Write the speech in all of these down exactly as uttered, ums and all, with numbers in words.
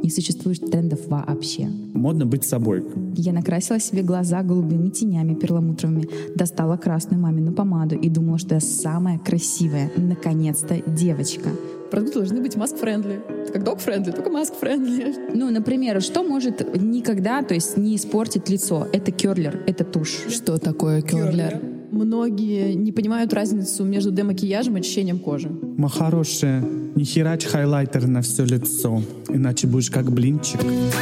не существует трендов вообще. Модно быть собой. Я накрасила себе глаза голубыми тенями перламутровыми, достала красную мамину помаду и думала, что я самая красивая, наконец-то, девочка. Продукты должны быть маск-френдли. Как дог-френдли, только маск-френдли. Ну, например, что может никогда, то есть не испортить лицо? Это керлер, это тушь. Что такое керлер? Многие не понимают разницу между демакияжем и очищением кожи. Ма хорошая, не херач хайлайтер на все лицо, иначе будешь как блинчик.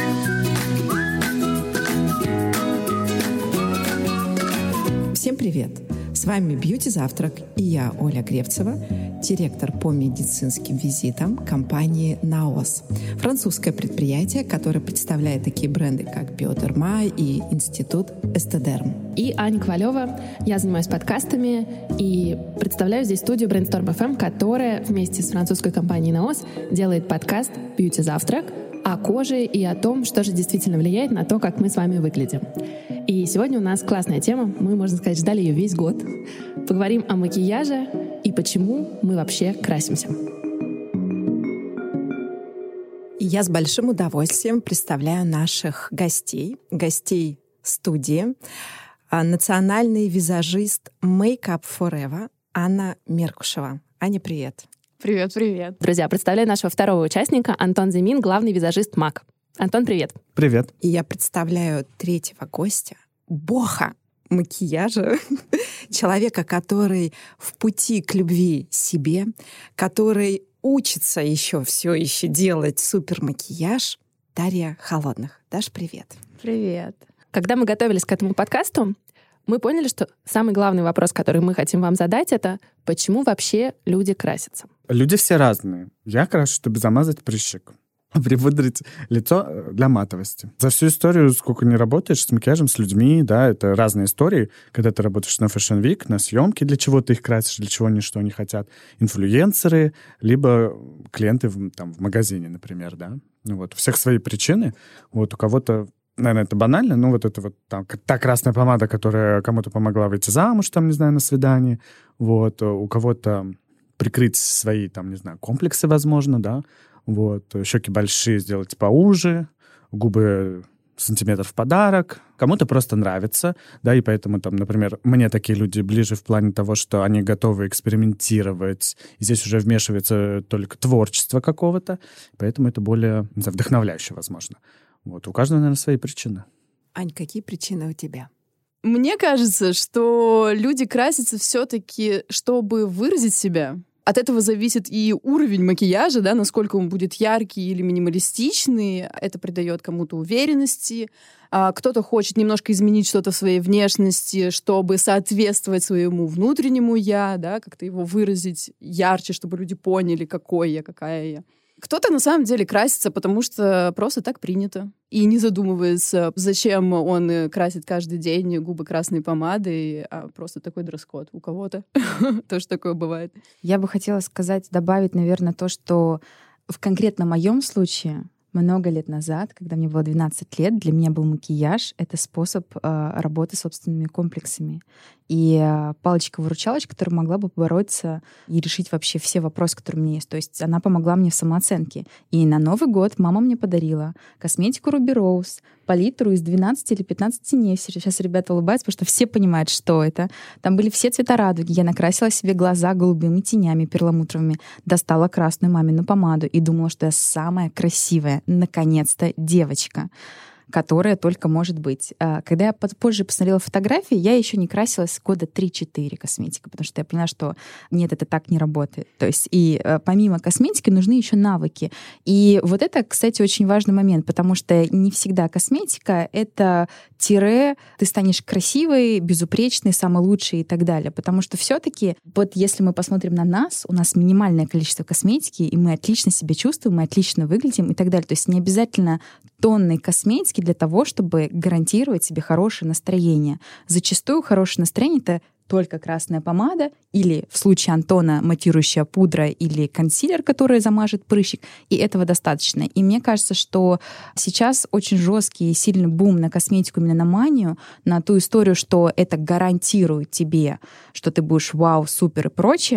Всем привет! С вами Бьюти Завтрак и я, Оля Гревцева, директор по медицинским визитам компании наос. Французское предприятие, которое представляет такие бренды, как Биодерма и Институт Эстедерм. И Аня Ковалева. Я занимаюсь подкастами и представляю здесь студию Brainstorm эф эм, которая вместе с французской компанией наос делает подкаст «Бьюти Завтрак» о коже и о том, что же действительно влияет на то, как мы с вами выглядим. И сегодня у нас классная тема, мы, можно сказать, ждали ее весь год. Поговорим о макияже и почему мы вообще красимся. И я с большим удовольствием представляю наших гостей, гостей студии. Национальный визажист Make Up Forever Анна Меркушева. Аня, привет. Привет, привет. Друзья, представляю нашего второго участника, Антон Зимин, главный визажист МАК. Антон, привет. Привет. И я представляю третьего гостя, бога макияжа, человека, который в пути к любви себе, который учится еще все еще делать супер макияж, Дарья Холодных. Даш, привет. Привет. Когда мы готовились к этому подкасту, мы поняли, что самый главный вопрос, который мы хотим вам задать, это почему вообще люди красятся? Люди все разные. Я крашу, чтобы замазать прыщик, припудрить лицо для матовости. За всю историю, сколько не работаешь с макияжем, с людьми, да, это разные истории. Когда ты работаешь на Fashion Week, на съемке, для чего ты их красишь, для чего они что они хотят. Инфлюенсеры, либо клиенты в, там, в магазине, например, да. Ну, вот. У всех свои причины. Вот у кого-то, наверное, это банально, но вот это вот там, та красная помада, которая кому-то помогла выйти замуж, там, не знаю, на свидании. Вот. У кого-то прикрыть свои, там, не знаю, комплексы, возможно, да. Вот, щеки большие сделать поуже, губы сантиметр в подарок. Кому-то просто нравится, да, и поэтому, там, например, мне такие люди ближе в плане того, что они готовы экспериментировать, и здесь уже вмешивается только творчество какого-то, поэтому это более, не знаю, вдохновляюще, возможно. Вот, у каждого, наверное, свои причины. Ань, какие причины у тебя? Мне кажется, что люди красятся все-таки, чтобы выразить себя. От этого зависит и уровень макияжа, да, насколько он будет яркий или минималистичный. Это придает кому-то уверенности. А кто-то хочет немножко изменить что-то в своей внешности, чтобы соответствовать своему внутреннему «я», да, как-то его выразить ярче, чтобы люди поняли, какой я, какая я. Кто-то на самом деле красится, потому что просто так принято. И не задумывается, зачем он красит каждый день губы красной помадой, а просто такой дресс-код у кого-то. Тоже такое бывает. Я бы хотела сказать, добавить, наверное, то, что в конкретно моем случае много лет назад, когда мне было двенадцать лет, для меня был макияж — это способ э, работы с собственными комплексами. И э, палочка-выручалочка, которая могла бы побороться и решить вообще все вопросы, которые у меня есть. То есть она помогла мне в самооценке. И на Новый год мама мне подарила косметику Ruby Rose, палитру из двенадцати или пятнадцати теней. Сейчас ребята улыбаются, потому что все понимают, что это. Там были все цвета радуги. Я накрасила себе глаза голубыми тенями перламутровыми, достала красную мамину помаду и думала, что я самая красивая, наконец-то, девочка, которая только может быть. Когда я позже посмотрела фотографии, я еще не красилась года три-четыре косметика, потому что я поняла, что нет, это так не работает. То есть и помимо косметики нужны еще навыки. И вот это, кстати, очень важный момент, потому что не всегда косметика — это тире, ты станешь красивой, безупречной, самой лучшей и так далее. Потому что все-таки, вот если мы посмотрим на нас, у нас минимальное количество косметики, и мы отлично себя чувствуем, мы отлично выглядим и так далее. То есть не обязательно тонны косметики для того, чтобы гарантировать себе хорошее настроение. Зачастую хорошее настроение — это только красная помада или, в случае Антона, матирующая пудра или консилер, который замажет прыщик, и этого достаточно. И мне кажется, что сейчас очень жесткий и сильный бум на косметику, именно на манию, на ту историю, что это гарантирует тебе, что ты будешь вау, супер и прочее.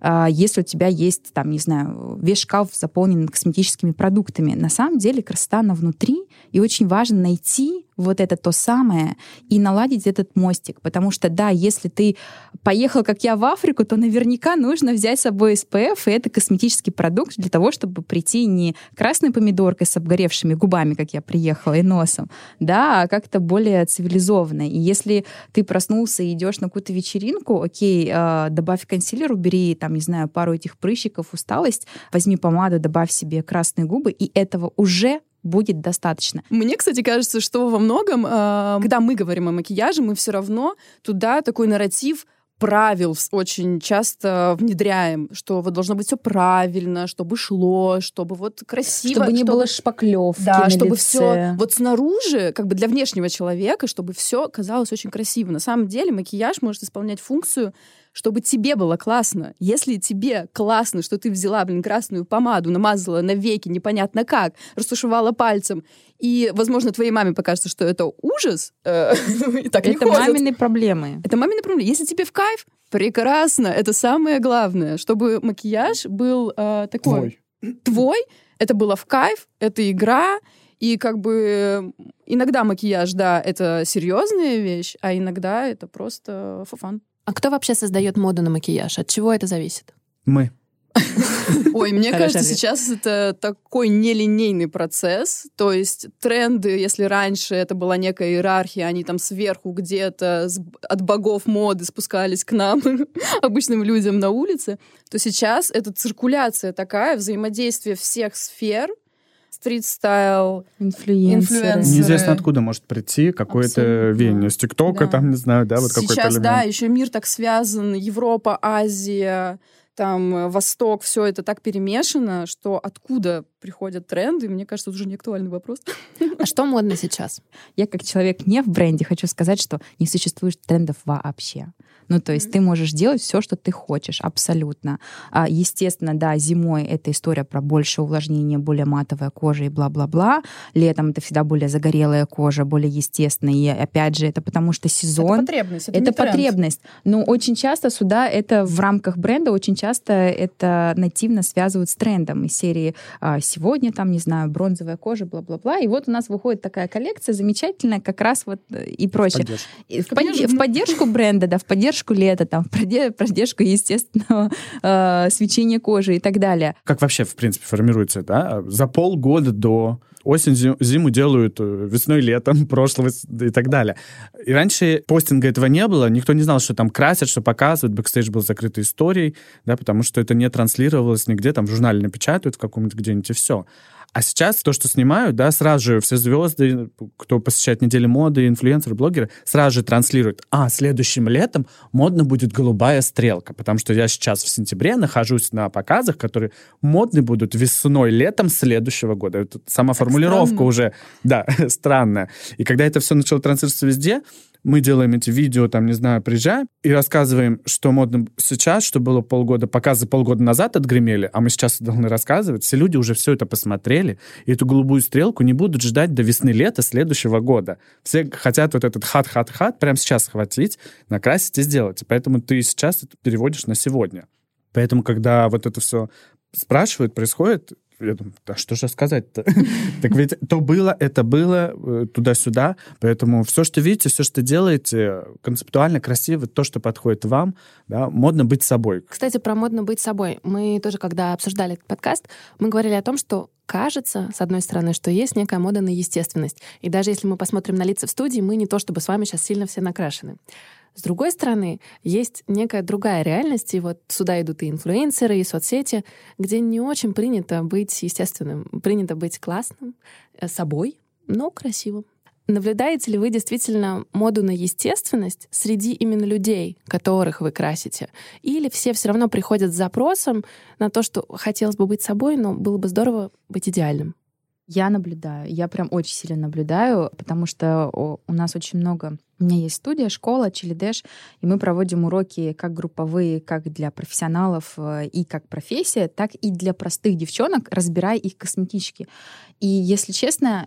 если у тебя есть, там, не знаю, весь шкаф заполнен косметическими продуктами. На самом деле красота, она внутри, и очень важно найти вот это то самое и наладить этот мостик. Потому что, да, если ты поехал, как я, в Африку, то наверняка нужно взять с собой эс пэ эф, и это косметический продукт для того, чтобы прийти не красной помидоркой с обгоревшими губами, как я приехала, и носом, да, а как-то более цивилизованно. И если ты проснулся и идешь на какую-то вечеринку, окей, э, добавь консилер, убери, там, не знаю, пару этих прыщиков, усталость, возьми помаду, добавь себе красные губы, и этого уже будет достаточно. Мне, кстати, кажется, что во многом, э, когда мы говорим о макияже, мы все равно туда такой нарратив правил очень часто внедряем, что вот должно быть все правильно, чтобы шло, чтобы вот красиво. Чтобы не чтобы... было шпаклевки Да, на чтобы лице. все вот снаружи, как бы для внешнего человека, чтобы все казалось очень красиво. На самом деле макияж может исполнять функцию, чтобы тебе было классно. Если тебе классно, что ты взяла, блин, красную помаду, намазала на веки непонятно как, растушевала пальцем, и, возможно, твоей маме покажется, что это ужас, э, и так не Это ходят. мамины проблемы. Это мамины проблемы. Если тебе в кайф, прекрасно. Это самое главное, чтобы макияж был э, такой... Твой. Твой. Это было в кайф, это игра, и как бы иногда макияж, да, это серьезная вещь, а иногда это просто for fun. А кто вообще создает моду на макияж? От чего это зависит? Мы. Ой, мне Хороший кажется, ответ. сейчас это такой нелинейный процесс. То есть тренды, если раньше это была некая иерархия, они там сверху где-то с- от богов моды спускались к нам, обычным людям на улице, то сейчас это циркуляция такая, взаимодействие всех сфер, стрит-стайл, Инфлюенсеры. Инфлюенсеры. Неизвестно откуда может прийти какое-то Абсолютно. веяние с ТикТока, Да. там, не знаю, да, вот какой-то Сейчас, элемент. да, еще мир так связан, Европа, Азия, там, э, Восток, все это так перемешано, что откуда приходят тренды, мне кажется, это уже не актуальный вопрос. А что модно сейчас? Я как человек не в бренде хочу сказать, что не существует трендов вообще. Ну, то есть mm-hmm. ты можешь делать все, что ты хочешь, абсолютно. А, естественно, да, зимой это история про большее увлажнение, более матовая кожа и бла-бла-бла. Летом это всегда более загорелая кожа, более естественная. И опять же, это потому что сезон. Это потребность. Это, Это не тренд. потребность. Но очень часто сюда это в рамках бренда, очень часто это нативно связывают с трендом из серии а, сегодня, там, не знаю, бронзовая кожа, бла-бла-бла. И вот у нас выходит такая коллекция замечательная, как раз вот и прочее. Поддержка. И В, под- в поддержку бренда, да, в поддержку лета, там, в проде- поддержку естественного э, свечения кожи и так далее. Как вообще, в принципе, формируется, да? За полгода до осень, зи- зиму делают э, весной, летом, прошлого с- и так далее. И раньше постинга этого не было, никто не знал, что там красят, что показывают, бэкстейдж был закрытой историей, да, потому что это не транслировалось нигде, там в журнале напечатают в каком-нибудь где-нибудь и все. А сейчас то, что снимают, да, сразу же все звезды, кто посещает недели моды, инфлюенсеры, блогеры, сразу же транслируют. А, следующим летом модно будет голубая стрелка, потому что я сейчас в сентябре нахожусь на показах, которые модны будут весной, летом следующего года. Это сама формулировка странно. уже, да, странная. И когда это все начало транслироваться везде, мы делаем эти видео, там, не знаю, приезжаем и рассказываем, что модно сейчас, что было полгода, показы полгода назад отгремели, а мы сейчас должны рассказывать. Все люди уже все это посмотрели, и эту голубую стрелку не будут ждать до весны-лета следующего года. Все хотят вот этот хат-хат-хат прямо сейчас схватить, накрасить и сделать. И поэтому ты сейчас это переводишь на сегодня. Поэтому, когда вот это все спрашивают, происходит, я думаю, да что же сказать-то? Так ведь то было, это было, э, туда-сюда. Поэтому все, что видите, все, что делаете, концептуально, красиво, то, что подходит вам, да, модно быть собой. Кстати, про модно быть собой. Мы тоже, когда обсуждали этот подкаст, мы говорили о том, что кажется, с одной стороны, что есть некая мода на естественность. И даже если мы посмотрим на лица в студии, мы не то чтобы с вами сейчас сильно все накрашены. С другой стороны, есть некая другая реальность, и вот сюда идут и инфлюенсеры, и соцсети, где не очень принято быть естественным, принято быть классным, э, собой, но красивым. Наблюдаете ли вы действительно моду на естественность среди именно людей, которых вы красите? Или все все равно приходят с запросом на то, что хотелось бы быть собой, но было бы здорово быть идеальным? Я наблюдаю, я прям очень сильно наблюдаю, потому что о, у нас очень много... У меня есть студия, школа, Чилидеш, и мы проводим уроки как групповые, как для профессионалов э, и как профессия, так и для простых девчонок, разбирая их косметички. И, если честно,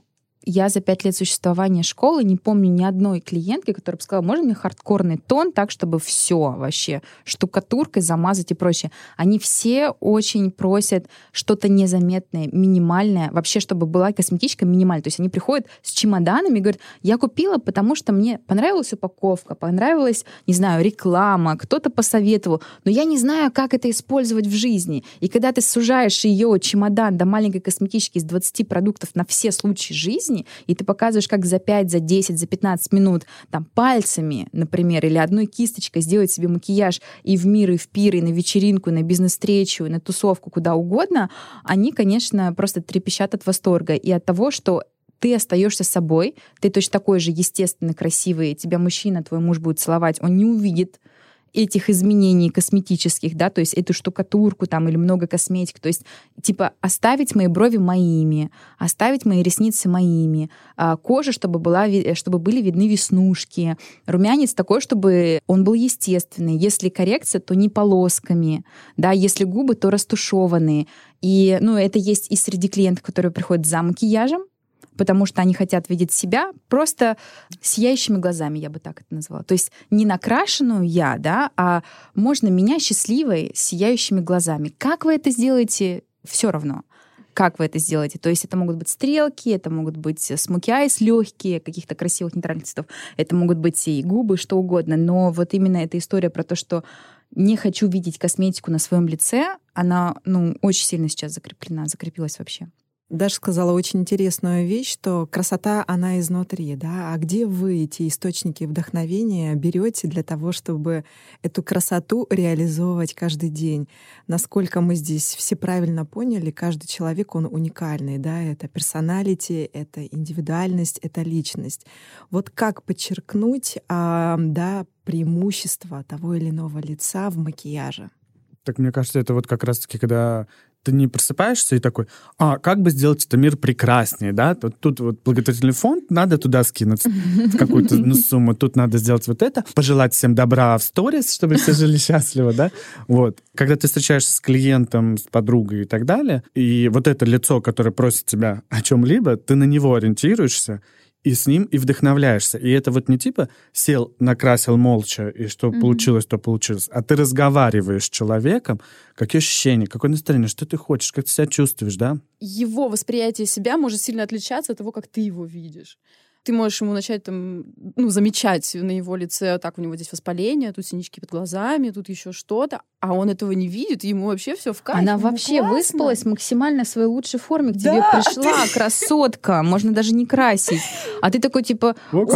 Я за пять лет существования школы не помню ни одной клиентки, которая бы сказала, можно мне хардкорный тон так, чтобы все вообще штукатуркой замазать и прочее. Они все очень просят что-то незаметное, минимальное, вообще, чтобы была косметичка минимальная. То есть они приходят с чемоданами и говорят, я купила, потому что мне понравилась упаковка, понравилась, не знаю, реклама, кто-то посоветовал, но я не знаю, как это использовать в жизни. И когда ты сужаешь ее чемодан до маленькой косметички из двадцати продуктов на все случаи жизни, и ты показываешь, как за пять, за десять, за пятнадцать минут там пальцами, например, или одной кисточкой сделать себе макияж и в мир, и в пир, и на вечеринку, и на бизнес-встречу, и на тусовку, куда угодно, они, конечно, просто трепещат от восторга и от того, что ты остаешься собой, ты точно такой же естественный, красивый, тебя мужчина, твой муж будет целовать, он не увидит этих изменений косметических, да, то есть эту штукатурку там или много косметики, то есть типа оставить мои брови моими, оставить мои ресницы моими, а, кожа, чтобы, была, чтобы были видны веснушки, румянец такой, чтобы он был естественный, если коррекция, то не полосками, да, если губы, то растушеванные. И, ну, это есть и среди клиентов, которые приходят за макияжем, потому что они хотят видеть себя просто сияющими глазами, я бы так это назвала. То есть не накрашенную я, да, а можно меня счастливой, сияющими глазами. Как вы это сделаете, все равно. Как вы это сделаете? То есть это могут быть стрелки, это могут быть смоки айс легкие, каких-то красивых нейтральных цветов, это могут быть и губы, что угодно. Но вот именно эта история про то, что не хочу видеть косметику на своем лице, она, ну, очень сильно сейчас закреплена, закрепилась вообще. Даша сказала очень интересную вещь, что красота, она изнутри, да. А где вы эти источники вдохновения берете для того, чтобы эту красоту реализовывать каждый день? Насколько мы здесь все правильно поняли, каждый человек, он уникальный, да. Это персоналити, это индивидуальность, это личность. Вот как подчеркнуть, а, да, преимущество того или иного лица в макияже? Так мне кажется, это вот как раз-таки, когда ты не просыпаешься и такой, а, как бы сделать этот мир прекраснее, да? Вот тут вот благотворительный фонд, надо туда скинуть какую-то ну, сумму, тут надо сделать вот это, пожелать всем добра в сторис, чтобы все жили счастливо, да? Вот. Когда ты встречаешься с клиентом, с подругой и так далее, и вот это лицо, которое просит тебя о чем-либо, ты на него ориентируешься, и с ним и вдохновляешься. И это вот не типа сел, накрасил молча, и что mm-hmm. получилось, то получилось. А ты разговариваешь с человеком, какие ощущения, какое настроение, что ты хочешь, как ты себя чувствуешь, да? Его восприятие себя может сильно отличаться от того, как ты его видишь. Ты можешь ему начать там, ну, замечать на его лице, так, у него здесь воспаление, тут синячки под глазами, тут еще что-то, а он этого не видит, ему вообще все в кайф. Она вообще классно. Выспалась максимально в своей лучшей форме, к тебе да, пришла ты... красотка, можно даже не красить. А ты такой, типа, ой,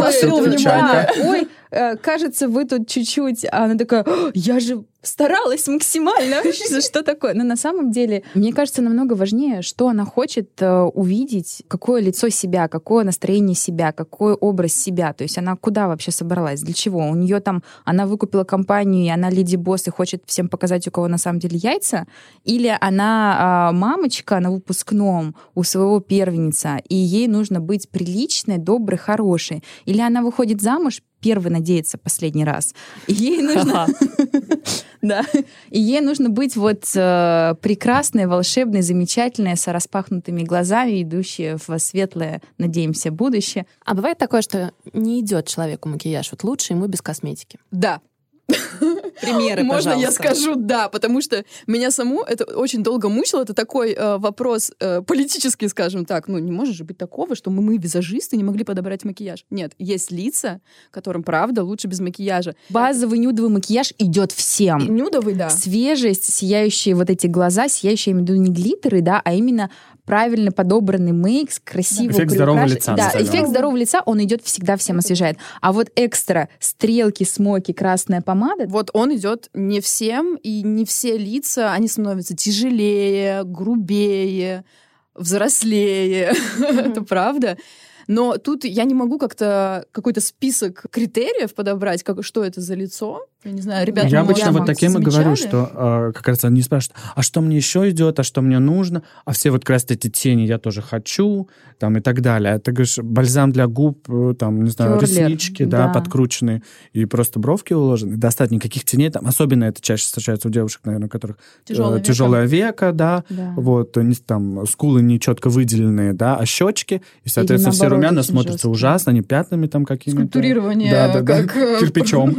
да, ой, кажется, вы тут чуть-чуть, а она такая, я же старалась максимально. Что такое? Но на самом деле, мне кажется, намного важнее, что она хочет э, увидеть, какое лицо себя, какое настроение себя, какой образ себя. То есть она куда вообще собралась? Для чего? У нее там, она выкупила компанию, и она леди-босс и хочет всем показать, у кого на самом деле яйца? Или она э, мамочка на выпускном у своего первенца, и ей нужно быть приличной, доброй, хорошей? Или она выходит замуж, первый надеется последний раз. И ей нужно... Да. И ей нужно быть вот э, прекрасной, волшебной, замечательной, с распахнутыми глазами, идущей в светлое, надеемся, будущее. А бывает такое, что не идет человеку макияж, вот лучше ему без косметики? Да. Примеры, можно пожалуйста. Я скажу «да», потому что меня саму это очень долго мучило. Это такой э, вопрос э, политический, скажем так. Ну, не может же быть такого, что мы, мы, визажисты, не могли подобрать макияж. Нет, есть лица, которым, правда, лучше без макияжа. Базовый нюдовый макияж идет всем. И нюдовый, да. Свежесть, сияющие вот эти глаза, сияющие, я имею в виду не глиттеры, да, а именно правильно подобранный мейк, красиво эффект здорового лица. Да, эффект здорового лица, он идет всегда, всем освежает. А вот экстра стрелки, смоки, красная помада... Вот он идет не всем, и не все лица, они становятся тяжелее, грубее, взрослее. Это правда. Но тут я не могу как-то какой-то список критериев подобрать, как, что это за лицо. Я не знаю, ребята, Я может, обычно вот таким и говорю, замечали? что э, как раз они спрашивают, а что мне еще идет, а что мне нужно, а все вот как раз эти тени я тоже хочу, там и так далее. А ты говоришь, бальзам для губ, э, там, не знаю, Кёрлер, реснички, да, да. подкрученные, и просто бровки уложены, достать никаких теней, там, особенно это чаще встречается у девушек, наверное, у которых Тяжелое э, веко. тяжелое веко, да, Да. вот, не, там, скулы не четко выделенные, да, а щечки, и, соответственно, все наоборот, румяна очень смотрятся жесткие. ужасно, они пятнами там какими-то. Скульптурирование, Да, да, да, как, э, кирпичом.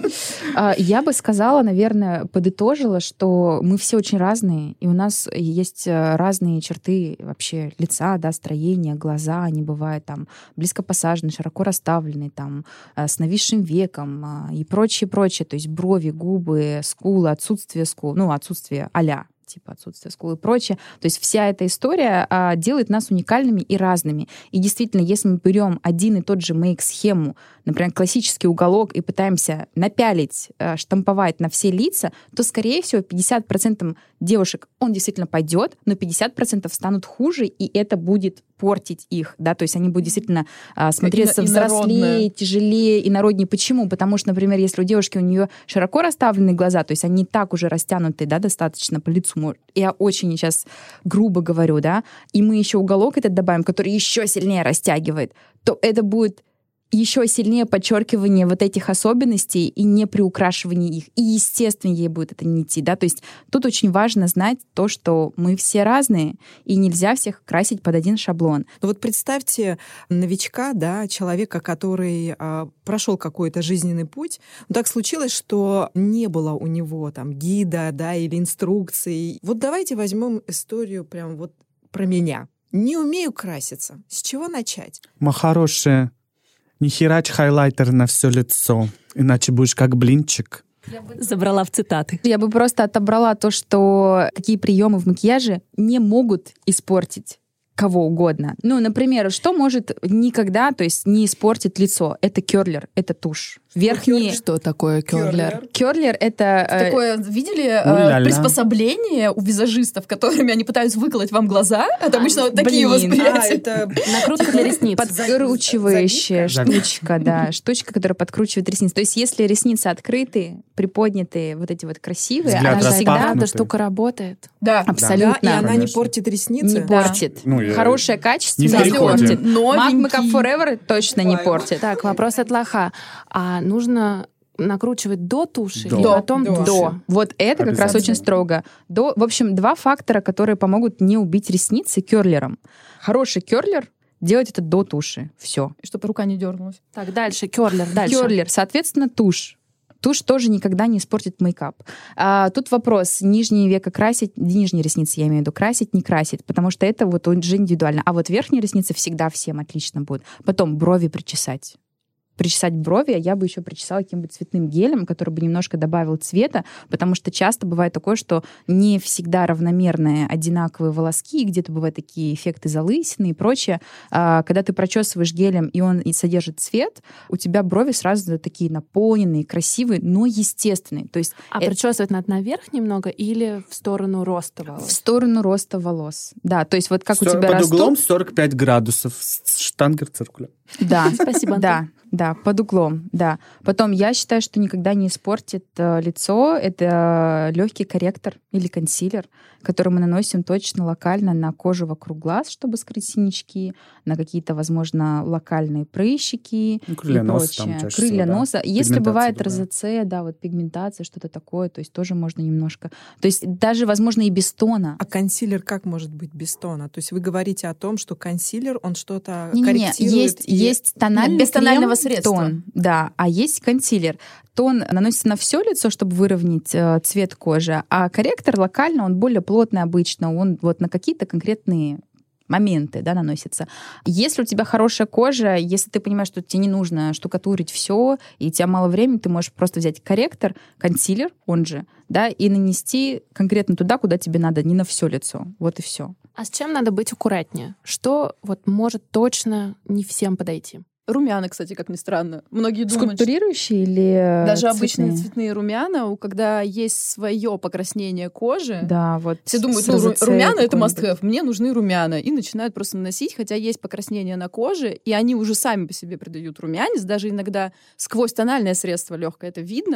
А, Я бы сказала, наверное, подытожила, что мы все очень разные, и у нас есть э, разные черты вообще лица, да, строения, глаза, они бывают там близко посажены, широко расставлены, там, э, с нависшим веком а, и прочее, прочее, то есть брови, губы, скулы, отсутствие скул, ну, отсутствие а-ля, типа отсутствие скул и прочее. То есть вся эта история а, делает нас уникальными и разными. И действительно, если мы берем один и тот же мейк-схему, например, классический уголок, и пытаемся напялить, а, штамповать на все лица, то, скорее всего, пятьдесят процентов девушек он действительно пойдет, но пятьдесят процентов станут хуже, и это будет портить их, да, то есть они будут действительно а, смотреться И- взрослее, инородные. тяжелее, инороднее. Почему? Потому что, например, если у девушки у нее широко расставленные глаза, то есть они так уже растянуты, да, достаточно по лицу, может, я очень сейчас грубо говорю, да, и мы еще уголок этот добавим, который еще сильнее растягивает, то это будет еще сильнее подчеркивание вот этих особенностей и не приукрашивание их. И, естественно, ей будет это не идти, да, то есть тут очень важно знать то, что мы все разные, и нельзя всех красить под один шаблон. Ну вот представьте новичка, да, человека, который а, прошел какой-то жизненный путь. Но так случилось, что не было у него там гида, да, или инструкций. Вот давайте возьмем историю прям вот про меня. Не умею краситься. С чего начать? Моя хорошая, не херач хайлайтер на все лицо, иначе будешь как блинчик. Забрала в цитаты. Я бы просто отобрала то, что какие приемы в макияже не могут испортить кого угодно. Ну, например, что может никогда, то есть не испортить лицо? Это кёрлер, это тушь. Верхний... Что такое кёрлер? Кёрлер — это... э, Такое, видели, э, У-ля-ля. приспособление у визажистов, которыми они пытаются выколоть вам глаза? Это обычно вот такие блин. восприятия. это Накрутка для ресниц. подкручивающая Завивка. штучка, да, штучка, которая подкручивает ресницы. То есть если ресницы открыты, приподнятые, вот эти вот красивые, Взгляд она всегда распахнут. Эта штука работает. Да. абсолютно Да, и она не Конечно. портит ресницы. не портит. Ну, я- Хорошее Не качество в не переходе. портит. Мак Новенький. Makeup Forever точно не портит. Так, вопрос от лоха. А нужно накручивать до туши До. или потом До. туши? До. Вот это как раз Обязательно. очень строго. До. В общем, два фактора, которые помогут не убить ресницы кёрлером. Хороший кёрлер делать это до туши. Все. Чтобы рука не дернулась. Так, дальше, кёрлер, дальше. Кёрлер, соответственно, тушь. Тушь тоже никогда не испортит мейкап. А, тут вопрос, нижние века красить, нижние ресницы, я имею в виду, красить, не красить, потому что это вот уже индивидуально. А вот верхние ресницы всегда всем отлично будут. Потом брови причесать. Причесать брови, я бы еще причесала каким-нибудь цветным гелем, который бы немножко добавил цвета, потому что часто бывает такое, что не всегда равномерные одинаковые волоски, где-то бывают такие эффекты залысины и прочее. А, когда ты прочесываешь гелем, и он и содержит цвет, у тебя брови сразу такие наполненные, красивые, но естественные. То есть А это причесывать надо наверх немного или в сторону роста в волос? сторону роста волос. Да, то есть вот как у Сто- тебя Под растут... углом сорок пять градусов. С- Штангер циркуля. Да, Спасибо, Антон. да, да, под углом, да. Потом я считаю, что никогда не испортит э, лицо. Это легкий корректор или консилер, который мы наносим точно локально на кожу вокруг глаз, чтобы скрыть синячки, на какие-то, возможно, локальные прыщики Ну, крылья и носа там прочее. чаще Крылья всего, да. носа. Если Пигментация бывает другая. розоцея, да, вот пигментация, что-то такое, то есть тоже можно немножко. То есть даже, возможно, и без тона. А консилер как может быть без тона? То есть вы говорите о том, что консилер, он что-то Не-не-не, корректирует? есть, и- есть тональный Без тонального крем, средства. тон, да, а есть консилер. Тон наносится на все лицо, чтобы выровнять э, цвет кожи, а корректор локально, он более плотный обычно, он вот на какие-то конкретные моменты, да, наносится. Если у тебя хорошая кожа, если ты понимаешь, что тебе не нужно штукатурить все, и у тебя мало времени, ты можешь просто взять корректор, консилер, он же, да, и нанести конкретно туда, куда тебе надо, не на все лицо. Вот и все. А с чем надо быть аккуратнее? Что вот может точно не всем подойти? Румяна, кстати, как ни странно. Многие думают, что Скульптурирующие или даже цветные? обычные цветные румяна, у- когда есть свое покраснение кожи, Да, вот. все думают, с ну, ру- розоцеей румяна — это какой-нибудь. must-have, мне нужны румяна, и начинают просто наносить, хотя есть покраснение на коже, и они уже сами по себе придают румянец, даже иногда сквозь тональное средство легкое это видно,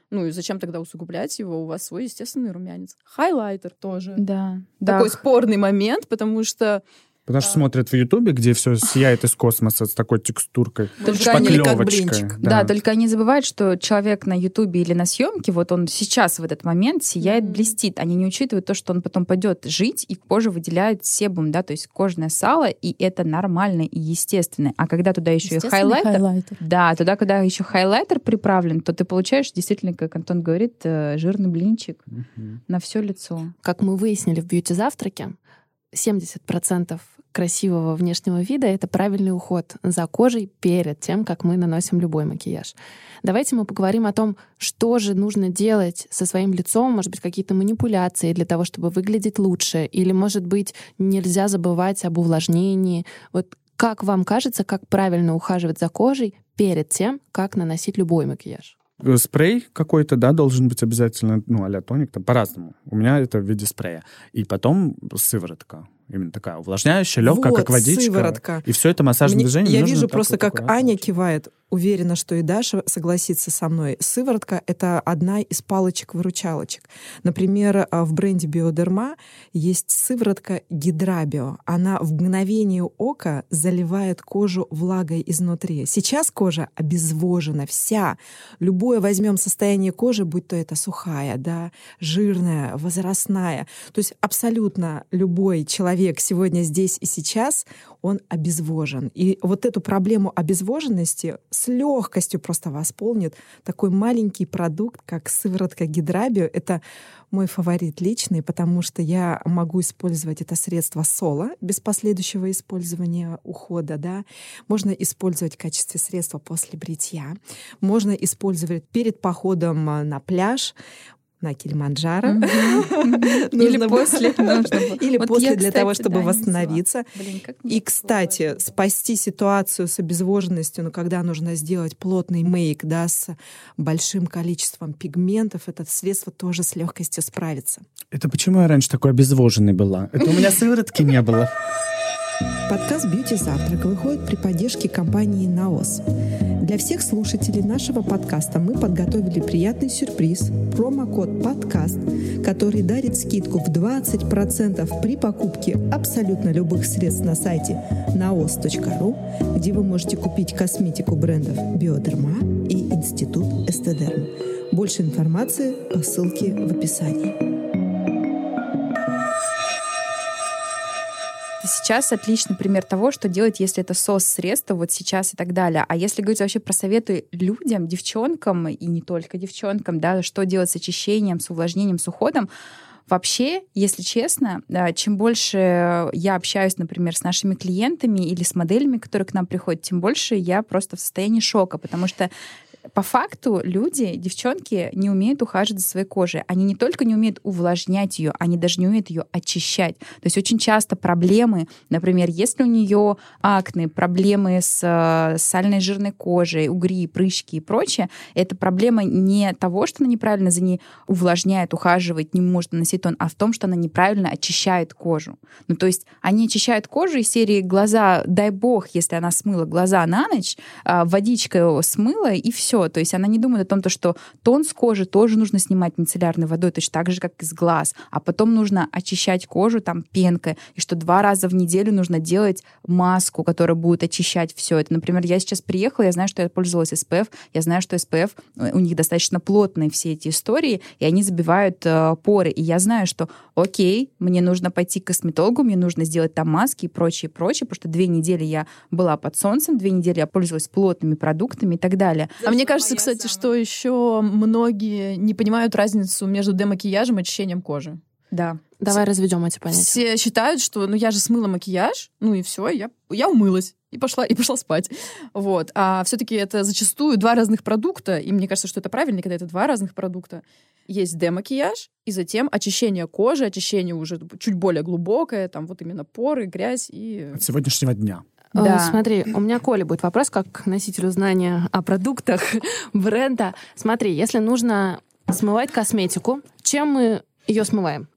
Ну и зачем тогда усугублять его? У вас свой естественный румянец. Хайлайтер тоже. Да. Такой да. спорный момент, потому что Потому что смотрят в Ютубе, где все сияет из космоса с такой текстуркой, Только они как блинчик. Да. да, только они забывают, что человек на Ютубе или на съемке, вот он сейчас в этот момент сияет, mm-hmm. блестит. Они не учитывают то, что он потом пойдет жить, и кожа выделяет себум, да, то есть кожное сало, и это нормально и естественно. А когда туда еще и хайлайтер, хайлайтер, да, туда, когда еще хайлайтер приправлен, то ты получаешь действительно, как Антон говорит, жирный блинчик mm-hmm. на все лицо. Как мы выяснили в бьюти-завтраке, семьдесят процентов красивого внешнего вида — это правильный уход за кожей перед тем, как мы наносим любой макияж. Давайте мы поговорим о том, что же нужно делать со своим лицом, может быть, какие-то манипуляции для того, чтобы выглядеть лучше, или, может быть, нельзя забывать об увлажнении. Вот как вам кажется, как правильно ухаживать за кожей перед тем, как наносить любой макияж? Спрей какой-то, да, должен быть обязательно, ну, а-ля тоник, там, по-разному. У меня это в виде спрея. И потом сыворотка. Именно такая увлажняющая, легкая, вот, как водичка. Сыворотка. И все это массажное Мне, движение. Я нужно вижу так просто, вот как аккуратно. Аня кивает. Уверена, что и Даша согласится со мной. Сыворотка — это одна из палочек-выручалочек. Например, в бренде Биодерма есть сыворотка Гидрабио. Она в мгновение ока заливает кожу влагой изнутри. Сейчас кожа обезвожена вся. Любое возьмем состояние кожи, будь то это сухая, да, жирная, возрастная. То есть абсолютно любой человек сегодня здесь и сейчас, он обезвожен. И вот эту проблему обезвоженности с легкостью просто восполнит такой маленький продукт, как сыворотка Гидрабио. Это мой фаворит личный, потому что я могу использовать это средство соло без последующего использования ухода. Да? Можно использовать в качестве средства после бритья. Можно использовать перед походом на пляж, на Килиманджаро. Или после. Или после, для того, чтобы восстановиться. И, кстати, спасти ситуацию с обезвоженностью, но когда нужно сделать плотный мейк, да, с большим количеством пигментов, это средство тоже с легкостью справится. Это почему я раньше такой обезвоженной была? Это у меня сыворотки не было. Подкаст «Бьюти Завтрак» выходит при поддержке компании «Наос». Для всех слушателей нашего подкаста мы подготовили приятный сюрприз – промокод «Подкаст», который дарит скидку в двадцать процентов при покупке абсолютно любых средств на сайте наос точка ру, где вы можете купить косметику брендов «Биодерма» и «Институт Эстедерм». Больше информации по ссылке в описании. Сейчас отличный пример того, что делать, если это сос-средство, вот сейчас и так далее. А если говорить вообще про советы людям, девчонкам, и не только девчонкам, да, что делать с очищением, с увлажнением, с уходом, вообще, если честно, чем больше я общаюсь, например, с нашими клиентами или с моделями, которые к нам приходят, тем больше я просто в состоянии шока, потому что по факту люди, девчонки, не умеют ухаживать за своей кожей. Они не только не умеют увлажнять ее, они даже не умеют ее очищать. То есть очень часто проблемы, например, если у нее акне, проблемы с сальной жирной кожей, угри, прыщики и прочее, это проблема не того, что она неправильно за ней увлажняет, ухаживает, не может наносить тон, а в том, что она неправильно очищает кожу. Ну, то есть они очищают кожу из серии глаза, дай бог, если она смыла глаза на ночь, водичкой смыла, и все. То есть она не думает о том, что тон с кожи тоже нужно снимать мицеллярной водой, точно так же, как и с глаз. А потом нужно очищать кожу там пенкой, и что два раза в неделю нужно делать маску, которая будет очищать все это. Например, я сейчас приехала, я знаю, что я пользовалась эс пэ эф, я знаю, что эс пэ эф, у них достаточно плотные все эти истории, и они забивают э, поры. И я знаю, что окей, мне нужно пойти к косметологу, мне нужно сделать там маски и прочее, прочее, потому что две недели я была под солнцем, две недели я пользовалась плотными продуктами и так далее. А мне кажется, кстати, что еще многие не понимают разницу между демакияжем и очищением кожи. Да. Давай разведем эти понятия. Все считают, что ну я же смыла макияж, ну и все, я, я умылась и пошла, и пошла спать. Вот. А все-таки это зачастую два разных продукта, и мне кажется, что это правильно, когда это два разных продукта. Есть демакияж, и затем очищение кожи, очищение уже чуть более глубокое, там вот именно поры, грязь и... От сегодняшнего дня. Да. Смотри, у меня к Оле будет вопрос, как к носителю знания о продуктах бренда. Смотри, если нужно смывать косметику, чем мы ее смываем?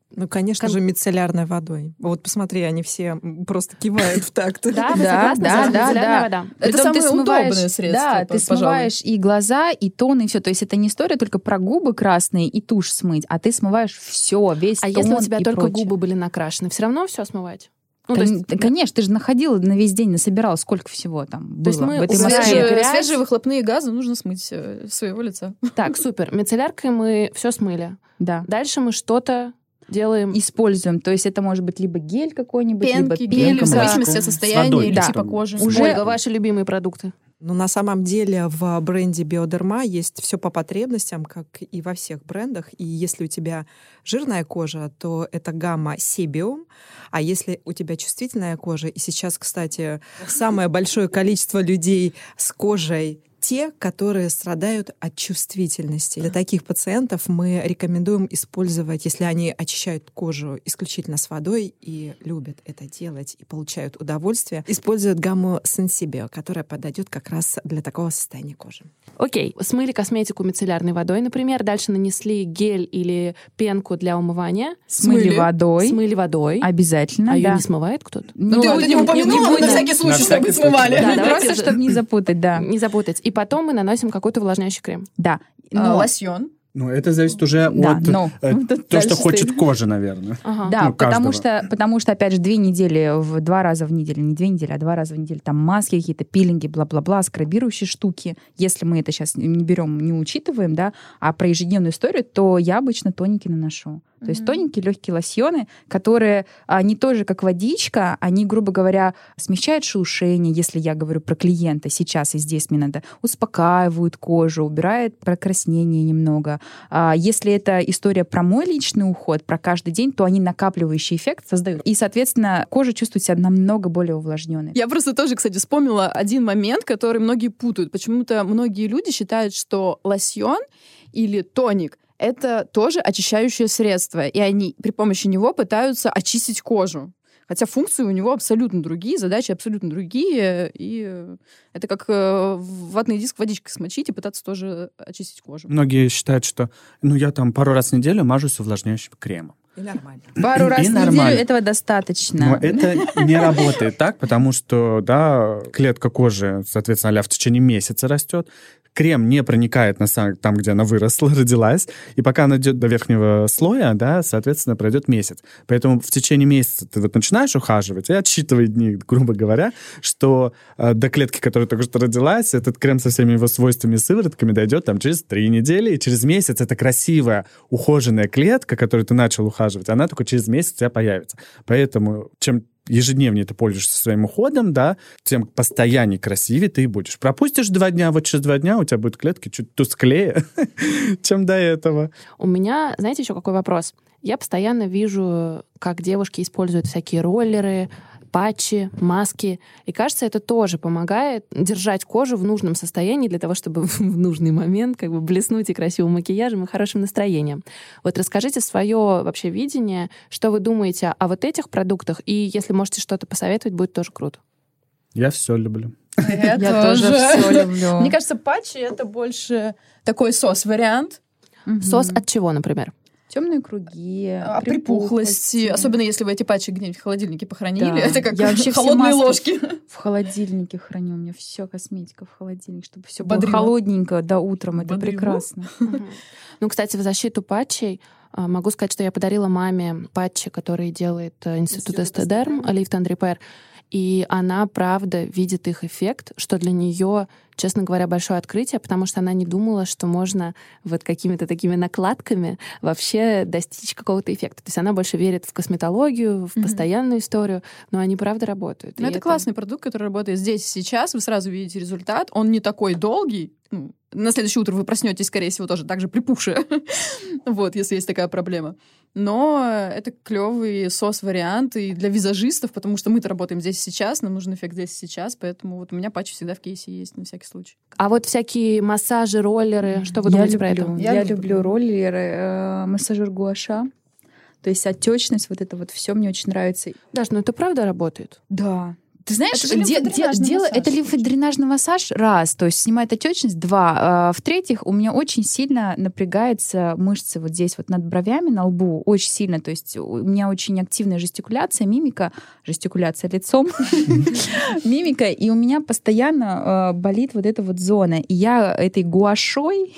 Ну, конечно Кон- же, мицеллярной водой. Вот посмотри, они все просто кивают в такт. Да, вы Да, согласны? да, да, Мицеллярная да. вода. Это Притом ты самое смываешь- удобное средство, Да, по- ты пожалуй. смываешь и глаза, и тон, и все. То есть это не история только про губы красные и тушь смыть, а ты смываешь все, весь А тон если у тебя и только прочее. губы были накрашены, все равно все смывать? Ну, Кон- то есть, Конечно, ты же находила на весь день, насобирала сколько всего там было есть мы в этой убираем Москве. грязь. Свежие, свежие выхлопные газы нужно смыть э, с своего лица. Так, супер. Мицелляркой мы все смыли. Да. Дальше мы что-то делаем. Используем. То есть это может быть либо гель какой-нибудь, либо Пенки, пенка. гели, в маску. зависимости от С состояния водой или да. типа кожи. Уже- Ольга, ваши любимые продукты? Ну, на самом деле в бренде Биодерма есть все по потребностям, как и во всех брендах. И если у тебя жирная кожа, то это гамма Sebium. А если у тебя чувствительная кожа, и сейчас, кстати, самое большое количество людей с кожей те, которые страдают от чувствительности. Для таких пациентов мы рекомендуем использовать, если они очищают кожу исключительно с водой и любят это делать и получают удовольствие, используют гамму Sensibio, которая подойдет как раз для такого состояния кожи. Окей, смыли косметику мицеллярной водой, например, дальше нанесли гель или пенку для умывания, Смыли, Смыли. водой. смыли водой, Обязательно, а ее да. не смывает кто-то? Ну, ты Ну, вот это не не- упомянула, не мы на будем. всякий случай, На чтобы всякий смывали. Да, Да, давайте просто, же- чтобы не запутать, да. Не запутать. И потом мы наносим какой-то увлажняющий крем. Да. А, Но- Лосьон. Ну, это зависит уже Да, от но. э, Вот это то, что дальше хочет стоит. кожа, наверное. Ага. Да, Ну, потому каждого. что, потому что, опять же, две недели, в два раза в неделю, не две недели, а два раза в неделю, там маски какие-то, пилинги, бла-бла-бла, скрабирующие штуки. Если мы это сейчас не берем, не учитываем, да, а про ежедневную историю, то я обычно тоники наношу. То есть тоненькие легкие лосьоны, которые, они тоже как водичка, они, грубо говоря, смягчают шелушение, если я говорю про клиента сейчас и здесь мне надо, успокаивают кожу, убирает прокраснение немного. А если это история про мой личный уход, про каждый день, то они накапливающий эффект создают. И, соответственно, кожа чувствует себя намного более увлажненной. Я просто тоже, кстати, вспомнила один момент, который многие путают. Почему-то многие люди считают, что лосьон или тоник — это тоже очищающее средство, и они при помощи него пытаются очистить кожу. Хотя функции у него абсолютно другие, задачи абсолютно другие, и это как э, ватный диск водичкой смочить и пытаться тоже очистить кожу. Многие считают, что ну я там пару раз в неделю мажусь увлажняющим кремом. И нормально. Пару И раз в нормально. неделю этого достаточно. Но это не работает так, потому что, да, клетка кожи, соответственно, а-ля в течение месяца растет. Крем не проникает на сам, там, где она выросла, родилась, и пока она идет до верхнего слоя, да, соответственно, пройдет месяц. Поэтому в течение месяца ты вот начинаешь ухаживать и отсчитывай дни, грубо говоря, что э, до клетки, которая только что родилась, этот крем со всеми его свойствами и сыворотками дойдет там через три недели, и через месяц эта красивая, ухоженная клетка, которую ты начал ухаживать, она только через месяц у тебя появится. Поэтому чем ежедневнее ты пользуешься своим уходом, да, тем постояннее красивее ты и будешь. Пропустишь два дня, вот через два дня у тебя будут клетки чуть тусклее, чем до этого. У меня, знаете, еще какой вопрос? Я постоянно вижу, как девушки используют всякие роллеры, патчи, маски. И кажется, это тоже помогает держать кожу в нужном состоянии для того, чтобы в нужный момент как бы блеснуть и красивым макияжем, и хорошим настроением. Вот расскажите свое вообще видение, что вы думаете о вот этих продуктах, и если можете что-то посоветовать, будет тоже круто. Я все люблю. Я тоже все люблю. Мне кажется, патчи — это больше такой сос-вариант. Сос от чего, например? Темные круги, А припухлости, особенно если вы эти патчи где-нибудь в холодильнике похоронили, Да. это как Я вообще все холодные маски ложки. в холодильнике храню. У меня все косметика в холодильнике, чтобы все было Бодрило. холодненько до утром. Это Бодрило. прекрасно. Ну, кстати, в защиту патчей а, могу сказать, что я подарила маме патчи, которые делает э, Институт Институт Эстедерм, Lift and Repair, и она, правда, видит их эффект, что для нее, честно говоря, большое открытие, потому что она не думала, что можно вот какими-то такими накладками вообще достичь какого-то эффекта. То есть она больше верит в косметологию, в Мгм. постоянную историю, но они, правда, работают. Ну, И это классный продукт, который работает здесь и сейчас. Вы сразу видите результат. Он не такой долгий. Ну, на следующее утро вы проснетесь, скорее всего, тоже так же припухшие. Вот, если есть такая проблема. Но это клевый сос-вариант и для визажистов, потому что мы-то работаем здесь и сейчас, нам нужен эффект здесь и сейчас, поэтому вот у меня патчи всегда в кейсе есть, на всякий случай. А вот всякие массажи, роллеры, что вы Я думаете про люблю. это? Я, Я люблю люблю. роллеры, э, массажер гуаша. То есть отечность, вот это вот все мне очень нравится. Даш, ну это правда работает? Да, Ты знаешь, Это же де- де- лимфодренажный дело, массаж. это лимфодренажный массаж, раз, то есть снимает отечность, два. А, в-третьих, у меня очень сильно напрягаются мышцы вот здесь вот над бровями, на лбу, очень сильно, то есть у меня очень активная жестикуляция, мимика, жестикуляция лицом, мимика, и у меня постоянно болит вот эта вот зона, и я этой гуашой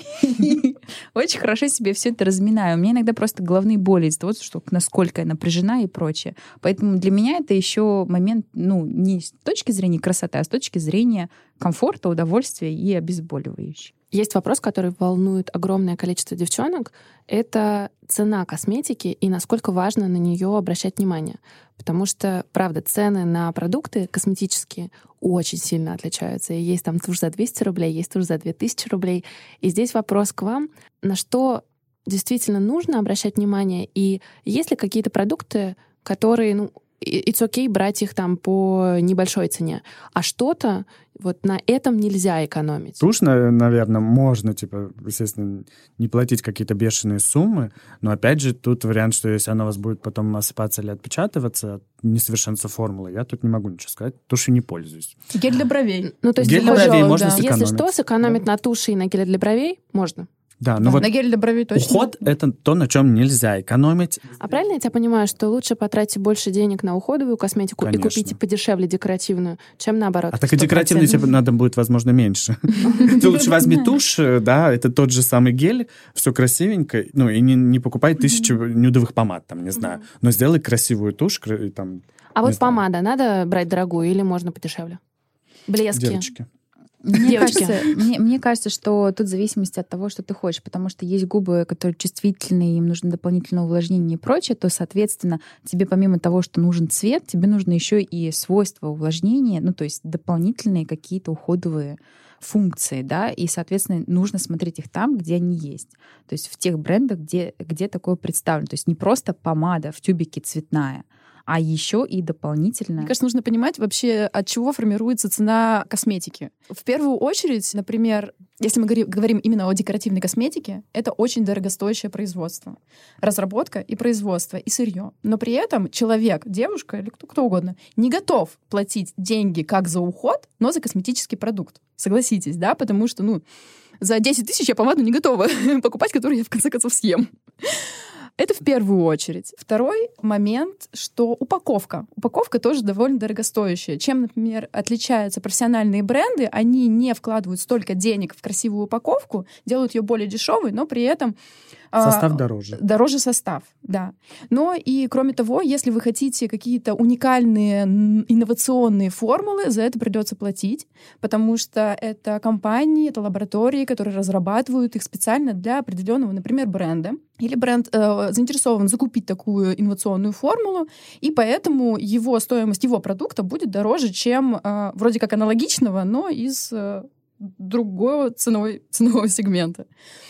очень хорошо себе все это разминаю. У меня иногда просто головные боли из-за того, что насколько я напряжена и прочее. Поэтому для меня это еще момент, ну, не с точки зрения красоты, а с точки зрения комфорта, удовольствия и обезболивающих. Есть вопрос, который волнует огромное количество девчонок. Это цена косметики и насколько важно на нее обращать внимание. Потому что, правда, цены на продукты косметические очень сильно отличаются. И есть там тушь за двести рублей, есть тушь за две тысячи рублей. И здесь вопрос к вам, на что действительно нужно обращать внимание, и есть ли какие-то продукты, которые, ну, it's okay брать их там по небольшой цене, а что-то вот на этом нельзя экономить. Тушь, наверное, можно, типа, естественно, не платить какие-то бешеные суммы, но, опять же, тут вариант, что если она у вас будет потом осыпаться или отпечатываться от несовершенства формулы, я тут не могу ничего сказать, тушью не пользуюсь. Гель для бровей. Ну, то есть, Гель для бровей можно да. сэкономить. Если что, сэкономить Да. на туши и на геле для бровей можно. Да, но Да, вот на гель для бровей точно. уход — это то, на чем нельзя экономить. А правильно я тебя понимаю, что лучше потратить больше денег на уходовую косметику Конечно. и купить подешевле декоративную, чем наоборот? А так и декоративной тебе надо будет, возможно, меньше. Ты лучше возьми тушь, да, это тот же самый гель, все красивенько, ну, и не, не покупай тысячу нюдовых помад, там, не знаю, но сделай красивую тушь, кра- и там, А вот не знаю. помада надо брать дорогую или можно подешевле? Блески. девочки. Мне Девочки. кажется, мне, мне кажется, что тут в зависимости от того, что ты хочешь, потому что есть губы, которые чувствительные, им нужно дополнительное увлажнение и прочее, то, соответственно, тебе помимо того, что нужен цвет, тебе нужно еще и свойства увлажнения, ну, то есть дополнительные какие-то уходовые функции, да, и, соответственно, нужно смотреть их там, где они есть. То есть в тех брендах, где, где такое представлено. То есть не просто помада в тюбике цветная, а еще и дополнительно... Мне кажется, нужно понимать вообще, от чего формируется цена косметики. В первую очередь, например, если мы говорим, говорим именно о декоративной косметике, это очень дорогостоящее производство. Разработка и производство, и сырье. Но при этом человек, девушка или кто, кто угодно, не готов платить деньги как за уход, но за косметический продукт. Согласитесь, да? Потому что, ну, за десять тысяч я помаду не готова покупать, которую я в конце концов съем. Это в первую очередь. Второй момент, что упаковка. Упаковка тоже довольно дорогостоящая. Чем, например, отличаются профессиональные бренды, они не вкладывают столько денег в красивую упаковку, делают ее более дешевой, но при этом... Состав а, дороже. Дороже состав, да. Но и, кроме того, если вы хотите какие-то уникальные инновационные формулы, за это придется платить, потому что это компании, это лаборатории, которые разрабатывают их специально для определенного, например, бренда. Или бренд э, заинтересован закупить такую инновационную формулу, и поэтому его стоимость его продукта будет дороже, чем э, вроде как аналогичного, но из э, другого ценовой, ценового сегмента.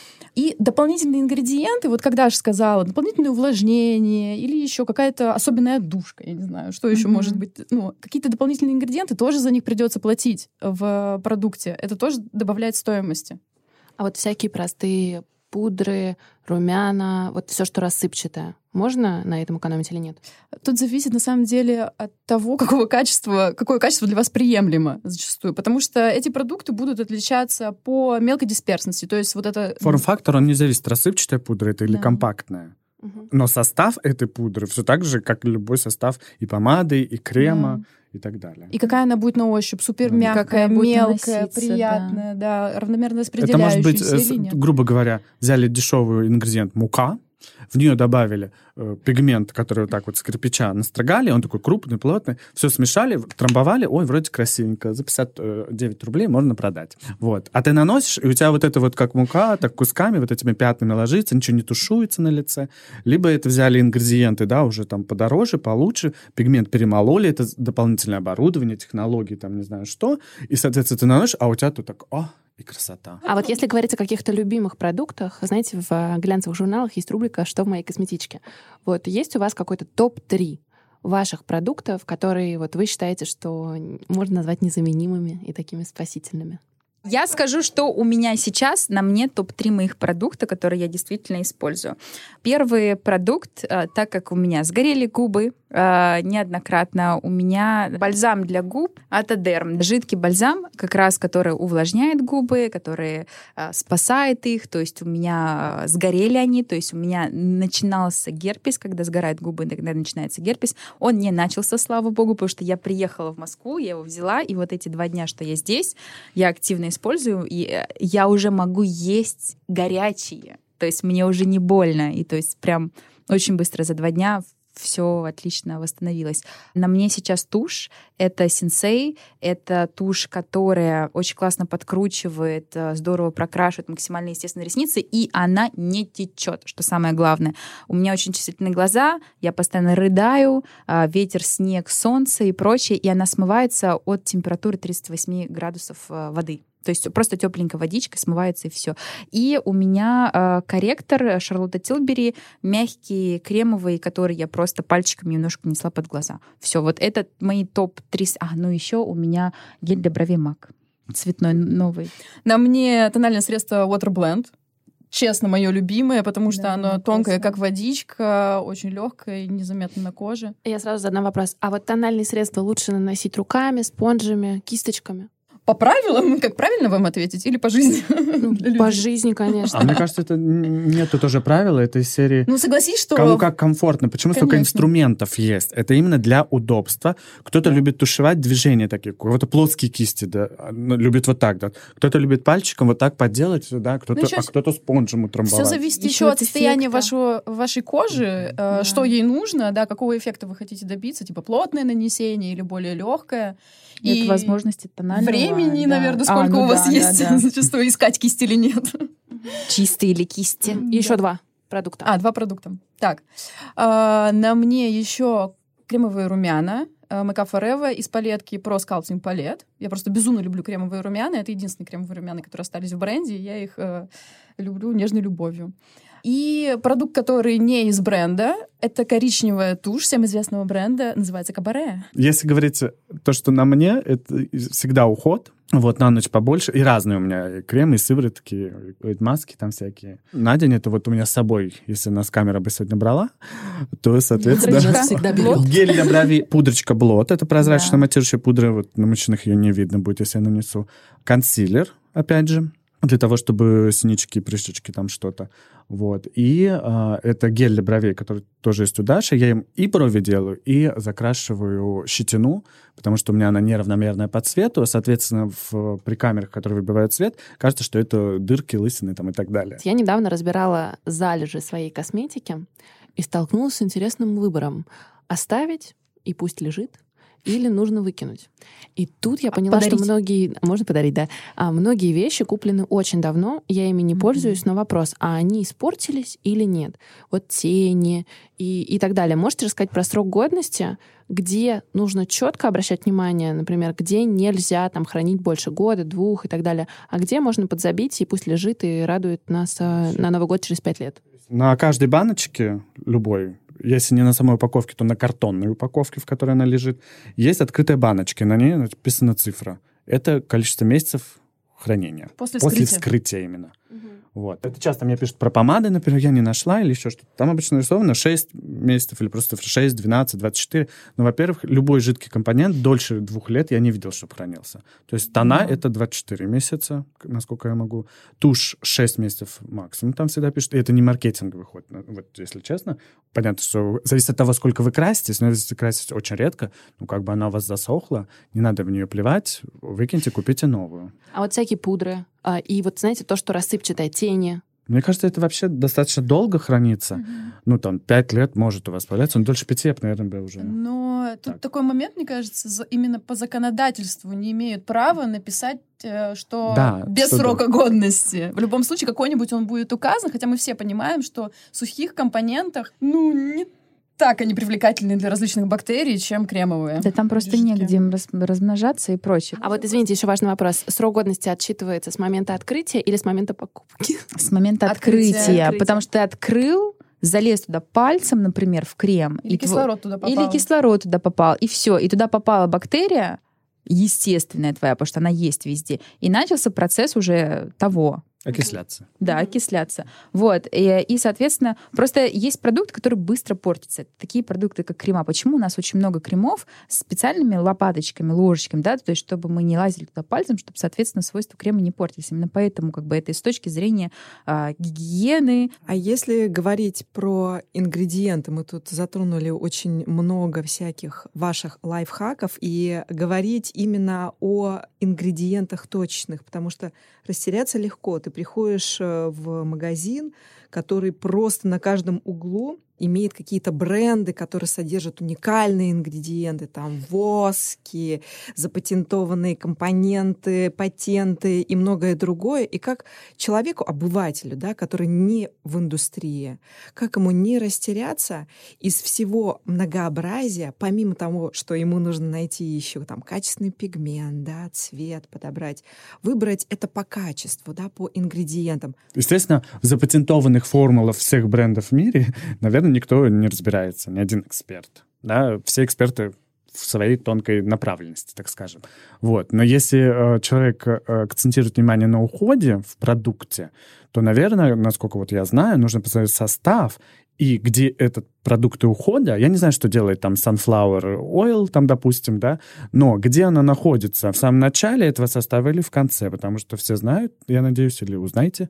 И дополнительные ингредиенты, вот когда же сказала, дополнительное увлажнение или еще какая-то особенная душка, я не знаю, что еще mm-hmm. может быть. Ну, какие-то дополнительные ингредиенты, тоже за них придется платить в продукте. Это тоже добавляет стоимости. А вот всякие простые пудры, румяна, вот все, что рассыпчатое, можно на этом экономить или нет? Тут зависит, на самом деле, от того, какого качества, какое качество для вас приемлемо зачастую. Потому что эти продукты будут отличаться по мелкой дисперсности. То есть вот это... Форм-фактор, он не зависит, рассыпчатая пудра это или Да. компактная. Угу. Но состав этой пудры все так же, как и любой состав и помады, и крема, Да. и так далее. И какая она будет на ощупь? Супер Да. мягкая, Какая будет мелкая, наноситься, приятная, да, равномерно Это может быть, распределяющаяся э, или нет? грубо говоря, взяли дешевый ингредиент мука, в нее добавили э, пигмент, который вот так вот с кирпича настрогали, он такой крупный, плотный, все смешали, трамбовали, ой, вроде красивенько, за пятьдесят девять рублей можно продать. Вот. А ты наносишь, и у тебя вот это вот как мука, так кусками вот этими пятнами ложится, ничего не тушуется на лице. Либо это взяли ингредиенты, да, уже там подороже, получше, пигмент перемололи, это дополнительное оборудование, технологии, там не знаю что, и, соответственно, ты наносишь, а у тебя тут так, о, и красота. А вот если говорить о каких-то любимых продуктах, знаете, в глянцевых журналах есть рубрика «Что в моей косметичке?». Вот есть у вас какой-то топ три ваших продуктов, которые вот вы считаете, что можно назвать незаменимыми и такими спасительными? Я скажу, что у меня сейчас на мне топ три моих продукта, которые я действительно использую. Первый продукт, так как у меня сгорели губы, э, неоднократно. У меня бальзам для губ Атодерм. Жидкий бальзам, как раз который увлажняет губы, который э, спасает их. То есть у меня сгорели они, то есть у меня начинался герпес, когда сгорают губы, тогда начинается герпес. Он не начался, слава богу, потому что я приехала в Москву, я его взяла, и вот эти два дня, что я здесь, я активно использую, и я уже могу есть горячие. То есть мне уже не больно. И то есть прям очень быстро за два дня все отлично восстановилось. На мне сейчас тушь. Это Sensei. Это тушь, которая очень классно подкручивает, здорово прокрашивает максимально естественные ресницы, и она не течет, что самое главное. У меня очень чувствительные глаза, я постоянно рыдаю, ветер, снег, солнце и прочее, и она смывается от температуры тридцать восемь градусов воды. То есть просто тепленькая водичка смывается, и все. И у меня э, корректор Шарлотта Тилбери, мягкий, кремовый, который я просто пальчиками немножко нанесла под глаза. Все, вот это мои топ три. А, ну еще у меня гель для бровей Мак. Цветной, новый. На мне тональное средство Water Blend. Честно, мое любимое, потому что да, оно тонкое, как водичка, очень легкое и незаметно на коже. Я сразу задам вопрос. А вот тональные средства лучше наносить руками, спонжами, кисточками? По правилам, как правильно вам ответить, или по жизни? Ну, по жизни, конечно. А мне кажется, это нету тоже правила, это из серии... Ну, согласись, что... Кому как комфортно. Почему Конечно. Столько инструментов есть? Это именно для удобства. Кто-то да. любит тушевать движения такие, у кого-то плоские кисти, да, любит вот так, да. Кто-то любит пальчиком вот так подделать, да, кто-то, ну, а кто-то спонжем утрамбовать. Все зависит еще от состояния вашего, вашей кожи, да. э, что ей нужно, да, какого эффекта вы хотите добиться, типа плотное нанесение или более легкое. Нет и возможности тонального. Времени, да. наверное, сколько а, ну у вас да, есть да, да. зачастую искать кисть или нет. Чистые или кисти. Да. Еще два продукта. А, два продукта. Так, а, на мне еще кремовые румяна Make Up Forever из палетки Pro Sculpting Palette. Я просто безумно люблю кремовые румяна. Это единственные кремовые румяна, которые остались в бренде. Я их э, люблю нежной любовью. И продукт, который не из бренда, это коричневая тушь всем известного бренда, называется Кабаре. Если говорить то, что на мне, это всегда уход. Вот на ночь побольше. И разные у меня и кремы, и сыворотки, и маски там всякие. На день это вот у меня с собой, если нас камера бы сегодня брала, то, соответственно... Пудрочка всегда берет. Гель для бровей, пудрочка Блот. Это прозрачная да. матирующая пудра. Вот на мужчинах ее не видно будет, если я нанесу. Консилер, опять же, для того, чтобы синички, прыщички, там что-то. Вот. И э, это гель для бровей, который тоже есть у Даши. Я им и брови делаю, и закрашиваю щетину, потому что у меня она неравномерная по цвету. Соответственно, в, при камерах, которые выбивают цвет, кажется, что это дырки, лысины там, и так далее. Я недавно разбирала залежи своей косметики и столкнулась с интересным выбором. Оставить, и пусть лежит, или нужно выкинуть. И тут я поняла, подарить. что многие... Можно подарить, да. А многие вещи куплены очень давно, я ими не mm-hmm. пользуюсь, но вопрос, а они испортились или нет? Вот тени и, и так далее. Можете рассказать про срок годности, где нужно четко обращать внимание, например, где нельзя там хранить больше года, двух и так далее, а где можно подзабить, и пусть лежит и радует нас на Новый год через пять лет? На каждой баночке, любой, если не на самой упаковке, то на картонной упаковке, в которой она лежит, есть открытая баночка, на ней написана цифра. Это количество месяцев хранения. После, После вскрытия. вскрытия именно. Угу. Вот. Это часто мне пишут про помады, например, я не нашла или еще что-то. Там обычно нарисовано шесть месяцев или просто шесть, двенадцать, двадцать четыре. Но, во-первых, любой жидкий компонент дольше двух лет я не видел, чтобы хранился. То есть тона mm-hmm. это двадцать четыре месяца, насколько я могу. Тушь шесть месяцев максимум там всегда пишут. И это не маркетинговый ход, вот если честно. Понятно, что зависит от того, сколько вы краситесь, но если краситесь очень редко, ну как бы она у вас засохла, не надо в нее плевать, выкиньте, купите новую. А вот всякие пудры, и вот, знаете, то, что рассыпчатое, тени. Мне кажется, это вообще достаточно долго хранится. Mm-hmm. Ну, там, пять лет может у вас появляться, но дольше пяти, я бы, наверное, бы уже... Но тут так. такой момент, мне кажется, именно по законодательству не имеют права написать, что да, без что срока да. годности. В любом случае, какой-нибудь он будет указан, хотя мы все понимаем, что в сухих компонентах, ну, не так они привлекательны для различных бактерий, чем кремовые. Да там просто жидкие. Негде им раз, размножаться и прочее. А вот, извините, еще важный вопрос. Срок годности отсчитывается с момента открытия или с момента покупки? С момента открытия. открытия. Потому что ты открыл, залез туда пальцем, например, в крем. Или и кислород тв... туда попал. Или кислород туда попал. И все. И туда попала бактерия, естественная твоя, потому что она есть везде. И начался процесс уже того. Окисляться. Да, окисляться. Вот. И, и, соответственно, просто есть продукты, которые быстро портятся. Такие продукты, как крема. Почему у нас очень много кремов с специальными лопаточками, ложечками, да, то есть чтобы мы не лазили туда пальцем, чтобы, соответственно, свойства крема не портились. Именно поэтому как бы это и с точки зрения а, гигиены. А если говорить про ингредиенты, мы тут затронули очень много всяких ваших лайфхаков, и говорить именно о ингредиентах точных, потому что растеряться легко. Ты приходишь в магазин, который просто на каждом углу имеет какие-то бренды, которые содержат уникальные ингредиенты, там воски, запатентованные компоненты, патенты и многое другое. И как человеку, обывателю, да, который не в индустрии, как ему не растеряться из всего многообразия, помимо того, что ему нужно найти еще там качественный пигмент, да, цвет подобрать, выбрать это по качеству, да, по ингредиентам. Естественно, в запатентованных формулах всех брендов в мире, наверное, никто не разбирается, ни один эксперт. Да? Все эксперты в своей тонкой направленности, так скажем. Вот. Но если э, человек э, акцентирует внимание на уходе в продукте, то, наверное, насколько вот я знаю, нужно посмотреть состав и где этот продукты ухода, я не знаю, что делает там Sunflower Oil, там, допустим, да, но где она находится, в самом начале этого состава или в конце, потому что все знают, я надеюсь, или узнаете,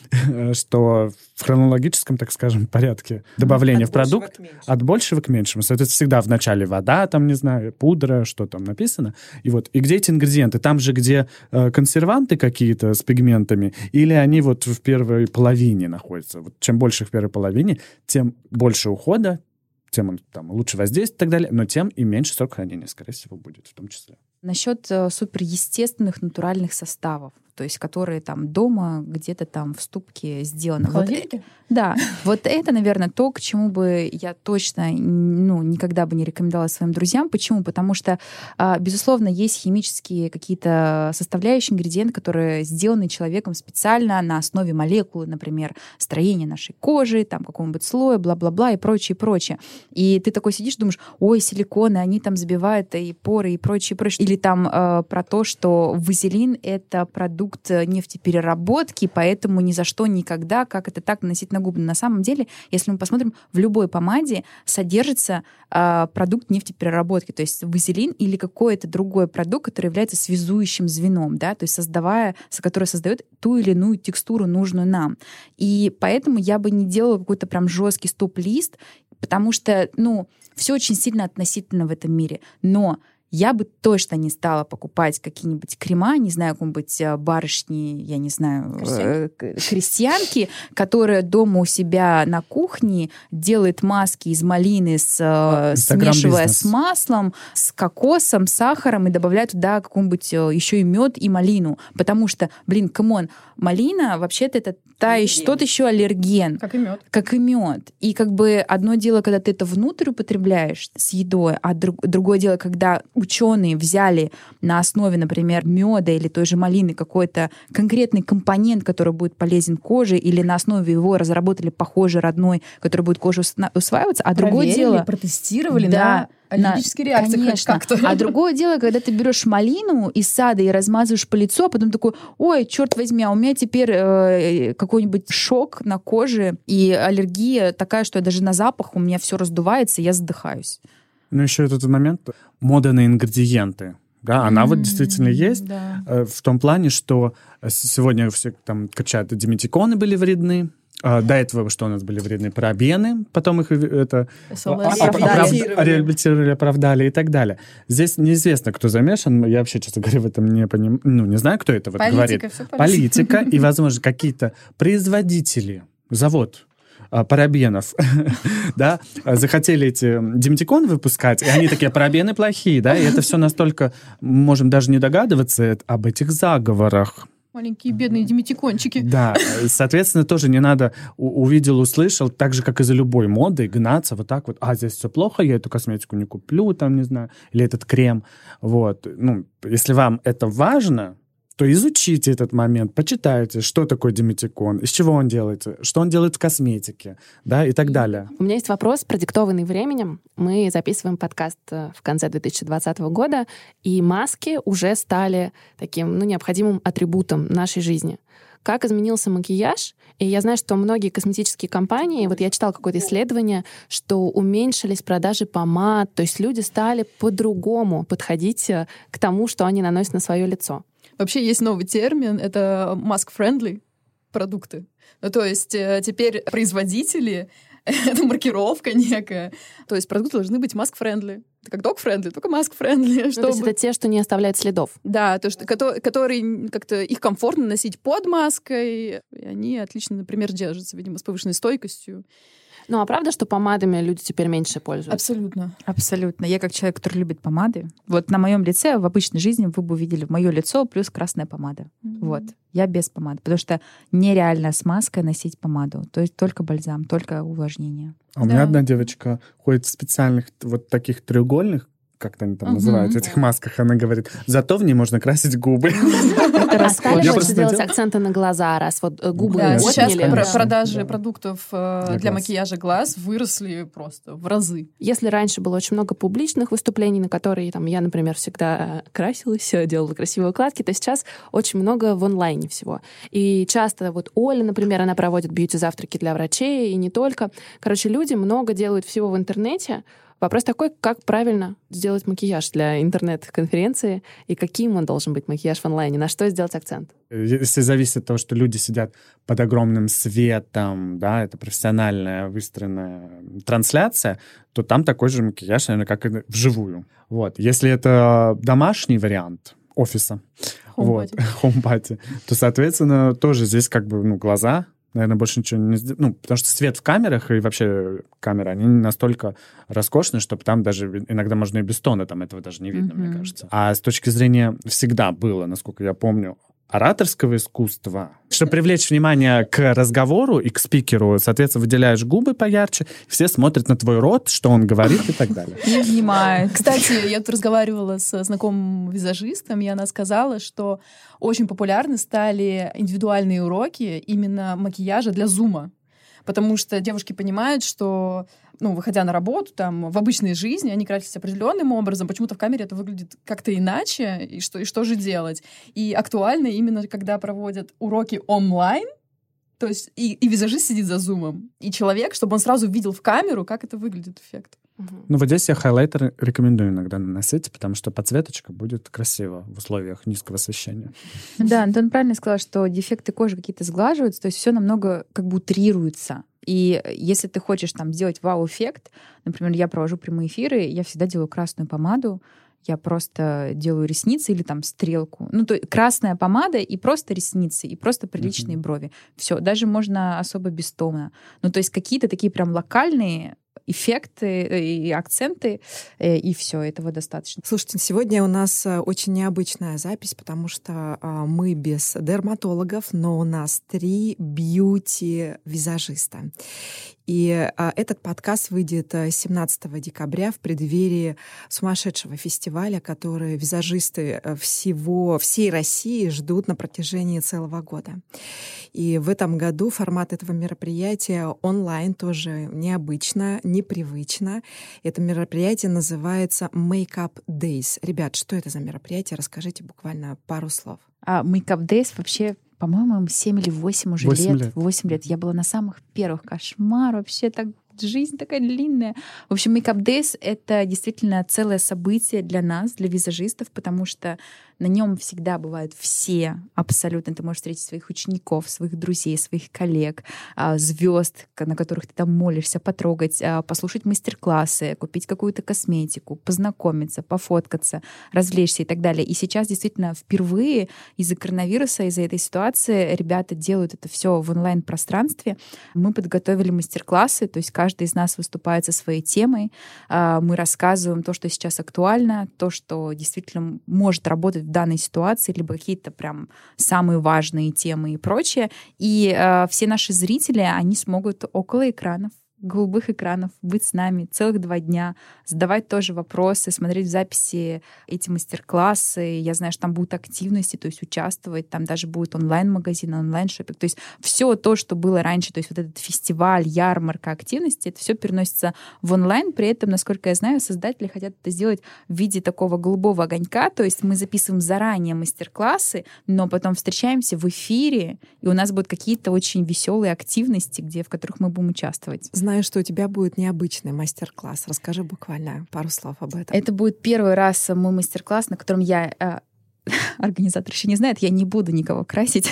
что в хронологическом, так скажем, порядке добавления в продукт от большего к меньшему. Соответственно, всегда в начале вода, там, не знаю, пудра, что там написано. И вот, и где эти ингредиенты? Там же, где э, консерванты какие-то с пигментами, или они вот в первой половине находятся? Вот чем больше в первой половине, тем больше ухода, тем он там лучше воздействует и так далее, но тем и меньше срок хранения, скорее всего, будет в том числе. Насчет э, суперестественных натуральных составов, то есть которые там дома где-то там в ступке сделаны. Вот, да, вот это, наверное, то, к чему бы я точно ну, никогда бы не рекомендовала своим друзьям. Почему? Потому что, э, безусловно, есть химические какие-то составляющие, ингредиенты, которые сделаны человеком специально на основе молекулы, например, строения нашей кожи, там какого-нибудь слоя, бла-бла-бла и прочее, и прочее. И ты такой сидишь, думаешь, ой, силиконы, они там забивают и поры, и прочее, и прочее. Или там э, про то, что вазелин — это продукт нефтепереработки, поэтому ни за что никогда, как это так, наносить на губы. Но на самом деле, если мы посмотрим, в любой помаде содержится э, продукт нефтепереработки, то есть вазелин или какой-то другой продукт, который является связующим звеном, да, то есть создавая, который создает ту или иную текстуру, нужную нам. И поэтому я бы не делала какой-то прям жесткий стоп-лист, потому что, ну, все очень сильно относительно в этом мире. Но я бы точно не стала покупать какие-нибудь крема, не знаю, какой-нибудь барышни, я не знаю, крестьянки, крестьянки, которая дома у себя на кухне делает маски из малины, с, смешивая с маслом, с кокосом, сахаром и добавляет туда какой-нибудь еще и мед и малину. Потому что, блин, камон, малина вообще-то это та еще, тот еще аллерген. Как и мед. Как и мед. И как бы одно дело, когда ты это внутрь употребляешь с едой, а друг, другое дело, когда ученые взяли на основе, например, меда или той же малины какой-то конкретный компонент, который будет полезен коже, или на основе его разработали похожий родной, который будет кожу усваиваться, а Проверили, другое дело... протестировали, да, на аллергические на, реакции конечно. хоть как-то. А другое дело, когда ты берешь малину из сада и размазываешь по лицу, а потом такой, ой, черт возьми, а у меня теперь э, какой-нибудь шок на коже и аллергия такая, что я даже на запах у меня все раздувается, и я задыхаюсь. Ну, еще этот момент мода на ингредиенты. Да, она mm-hmm. вот действительно есть да. э, в том плане, что сегодня все там качают, диметиконы были вредны. А, до этого что у нас были вредные парабены, потом их это реабилитировали, оправдали и так далее. Здесь неизвестно, кто замешан. Я вообще, честно говоря, в этом не понимаю. Ну, не знаю, кто это вот политика, говорит. политика. Политика и, возможно, какие-то производители, завод парабенов, да, захотели эти диметиконы выпускать, и они такие, парабены плохие, да, и это все настолько, можем даже не догадываться об этих заговорах. Маленькие бедные диметикончики. Да, соответственно, тоже не надо увидел, услышал, так же, как и за любой модой, гнаться вот так вот, а, здесь все плохо, я эту косметику не куплю, там, не знаю, или этот крем, вот. Ну, если вам это важно, то изучите этот момент, почитайте, что такое диметикон, из чего он делается, что он делает в косметике, да, и так далее. У меня есть вопрос, продиктованный временем. Мы записываем подкаст в конце две тысячи двадцатого года, и маски уже стали таким, ну, необходимым атрибутом нашей жизни. как изменился макияж. И я знаю, что многие косметические компании, вот я читала какое-то исследование, что уменьшились продажи помад, то есть люди стали по-другому подходить к тому, что они наносят на свое лицо. Вообще есть новый термин, это mask-friendly продукты. Ну, то есть теперь производители — это маркировка некая. То есть продукты должны быть mask-friendly. Это как dog-friendly, только mask-friendly. Ну, чтобы... то есть это те, что не оставляют следов. Да, то, что, которые как-то их комфортно носить под маской, и они отлично, например, держатся, видимо, с повышенной стойкостью. Ну, а правда, что помадами люди теперь меньше пользуются? Абсолютно. Абсолютно. Я как человек, который любит помады, вот на моем лице в обычной жизни вы бы увидели мое лицо плюс красная помада. Mm-hmm. Вот. Я без помады, потому что нереально с маской носить помаду. То есть только бальзам, только увлажнение. А у меня да. одна девочка ходит в специальных вот таких треугольных, как они там uh-huh. называют, в этих масках, она говорит, зато в ней можно красить губы. А стали больше делать акценты на глаза, раз вот губы да, сейчас отняли. Продажи продуктов для макияжа глаз выросли просто в разы. Если раньше было очень много публичных выступлений, на которые там, я, например, всегда красилась, делала красивые укладки, то сейчас очень много в онлайне всего. И часто вот Оля, например, она проводит бьюти-завтраки для врачей, и не только. Короче, люди много делают всего в интернете. Вопрос такой, как правильно сделать макияж для интернет-конференции и каким он должен быть макияж в онлайне, на что сделать акцент? Если зависит от того, что люди сидят под огромным светом, да, это профессиональная выстроенная трансляция, то там такой же макияж, наверное, как и вживую. Вот. Если это домашний вариант офиса, вот, хоум-пати, то, соответственно, тоже здесь как бы, ну, глаза... Наверное, больше ничего не сделать. Ну, потому что свет в камерах и вообще камеры, они настолько роскошны, что там даже иногда можно и без тона там этого даже не видно, mm-hmm. мне кажется. А с точки зрения всегда было, насколько я помню, ораторского искусства. Чтобы привлечь внимание к разговору и к спикеру, соответственно, выделяешь губы поярче, все смотрят на твой рот, что он говорит и так далее. Не внимают. Кстати, я тут разговаривала со знакомым визажистом, и она сказала, что очень популярны стали индивидуальные уроки именно макияжа для зума. Потому что девушки понимают, что, ну, выходя на работу, там, в обычной жизни, они красятся определенным образом, почему-то в камере это выглядит как-то иначе, и что, и что же делать? И актуально именно, когда проводят уроки онлайн, то есть и, и визажист сидит за зумом, и человек, чтобы он сразу видел в камеру, как это выглядит эффект. Угу. Ну, вот здесь я хайлайтер рекомендую иногда наносить, потому что подсветочка будет красиво в условиях низкого освещения. Да, Антон правильно сказал, что дефекты кожи какие-то сглаживаются, то есть все намного как бы утрируется. И если ты хочешь там сделать вау-эффект, например, я провожу прямые эфиры, я всегда делаю красную помаду, я просто делаю ресницы или там стрелку. Ну, то есть красная помада и просто ресницы, и просто приличные mm-hmm. брови. Все, даже можно особо без тона. Ну, то есть какие-то такие прям локальные эффекты и акценты, и все, этого достаточно. Слушайте, сегодня у нас очень необычная запись, потому что мы без дерматологов, но у нас три бьюти-визажиста. И этот подкаст выйдет семнадцатого декабря в преддверии сумасшедшего фестиваля, который визажисты всего, всей России ждут на протяжении целого года. И в этом году формат этого мероприятия онлайн тоже необычно, непривычно. Это мероприятие называется Makeup Days. Ребят, что это за мероприятие? Расскажите буквально пару слов. А Makeup Days вообще, по-моему, семь или восемь уже восемь лет. лет. восемь лет. Я была на самых первых. Кошмар вообще, так жизнь такая длинная. В общем, Makeup Days — это действительно целое событие для нас, для визажистов, потому что на нем всегда бывают все абсолютно. Ты можешь встретить своих учеников, своих друзей, своих коллег, звезд, на которых ты там молишься, потрогать, послушать мастер-классы, купить какую-то косметику, познакомиться, пофоткаться, развлечься и так далее. И сейчас действительно впервые из-за коронавируса, из-за этой ситуации ребята делают это все в онлайн-пространстве. Мы подготовили мастер-классы, то есть каждый из нас выступает со своей темой. Мы рассказываем то, что сейчас актуально, то, что действительно может работать в данной ситуации, либо какие-то прям самые важные темы и прочее. И э, все наши зрители, они смогут около экранов голубых экранов, быть с нами целых два дня, задавать тоже вопросы, смотреть в записи эти мастер-классы. Я знаю, что там будут активности, то есть участвовать, там даже будет онлайн-магазин, онлайн-шопинг. То есть все то, что было раньше, то есть вот этот фестиваль, ярмарка активности, это все переносится в онлайн. При этом, насколько я знаю, создатели хотят это сделать в виде такого голубого огонька, то есть мы записываем заранее мастер-классы, но потом встречаемся в эфире, и у нас будут какие-то очень веселые активности, где, в которых мы будем участвовать. Знаю, что у тебя будет необычный мастер-класс. Расскажи буквально пару слов об этом. Это будет первый раз мой мастер-класс, на котором я... Э, организатор еще не знает, я не буду никого красить.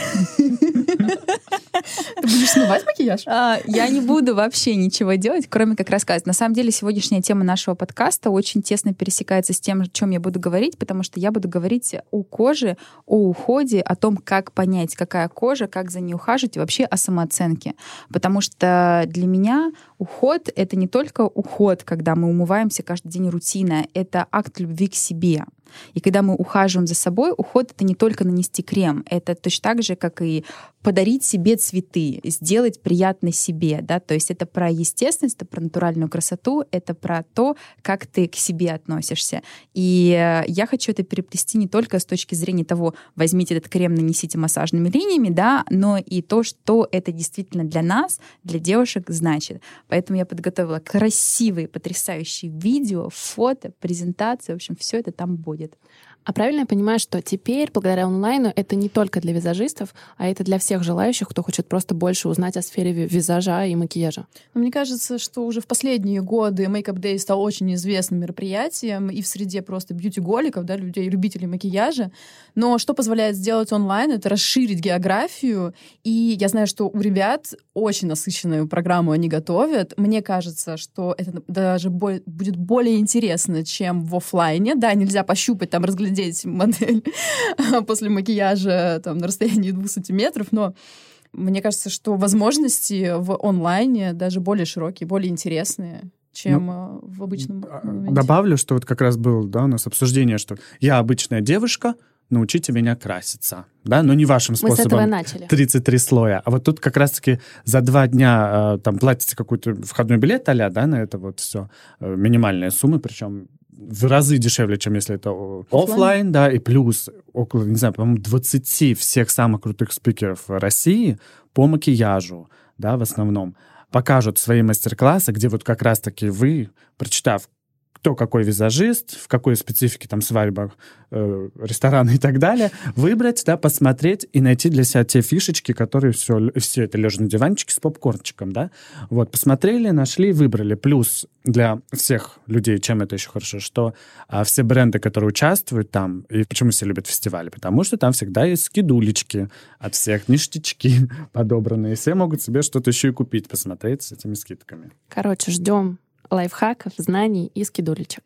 Ты будешь смывать макияж? А, я не буду вообще ничего делать, кроме как рассказывать. На самом деле, сегодняшняя тема нашего подкаста очень тесно пересекается с тем, о чем я буду говорить, потому что я буду говорить о коже, о уходе, о том, как понять, какая кожа, как за ней ухаживать, и вообще о самооценке. Потому что для меня уход — это не только уход, когда мы умываемся каждый день, рутина, это акт любви к себе. И когда мы ухаживаем за собой, уход — это не только нанести крем, это точно так же, как и подарить себе цветы, сделать приятно себе, да, то есть это про естественность, это про натуральную красоту, это про то, как ты к себе относишься. И я хочу это переплести не только с точки зрения того, возьмите этот крем, нанесите массажными линиями, да, но и то, что это действительно для нас, для девушек значит. Поэтому я подготовила красивые, потрясающие видео, фото, презентации, в общем, все это там будет. А правильно я понимаю, что теперь, благодаря онлайну, это не только для визажистов, а это для всех желающих, кто хочет просто больше узнать о сфере визажа и макияжа? Мне кажется, что уже в последние годы Makeup Day стал очень известным мероприятием и в среде просто бьюти-голиков, да, людей, любителей макияжа. Но что позволяет сделать онлайн, это расширить географию. И я знаю, что у ребят очень насыщенную программу они готовят. Мне кажется, что это даже бо- будет более интересно, чем в офлайне. Да, нельзя пощупать, там, разглядеть модель после макияжа там, на расстоянии двух сантиметров, но мне кажется, что возможности в онлайне даже более широкие, более интересные, чем ну, в обычном моменте. Добавлю, что вот как раз было, да, у нас обсуждение, что я обычная девушка, научите меня краситься, да, но не вашим способом. Мы с этого начали. тридцать три слоя. А вот тут как раз-таки за два дня там платите какой-то входной билет а-ля, да, на это вот все, минимальные суммы, причем в разы дешевле, чем если это офлайн, да, и плюс около, не знаю, по-моему, двадцати всех самых крутых спикеров России по макияжу, да, в основном, покажут свои мастер-классы, где вот как раз-таки вы, прочитав, кто какой визажист, в какой специфике там свадьба, э, рестораны и так далее, выбрать, да, посмотреть и найти для себя те фишечки, которые все, все это лежа на диванчике с попкорнчиком, да. Вот, посмотрели, нашли, выбрали. Плюс для всех людей, чем это еще хорошо, что а, все бренды, которые участвуют там, и почему все любят фестивали? Потому что там всегда есть скидулечки от всех, ништячки подобранные. Все могут себе что-то еще и купить, посмотреть с этими скидками. Короче, ждем лайфхаков, знаний и скидулечек.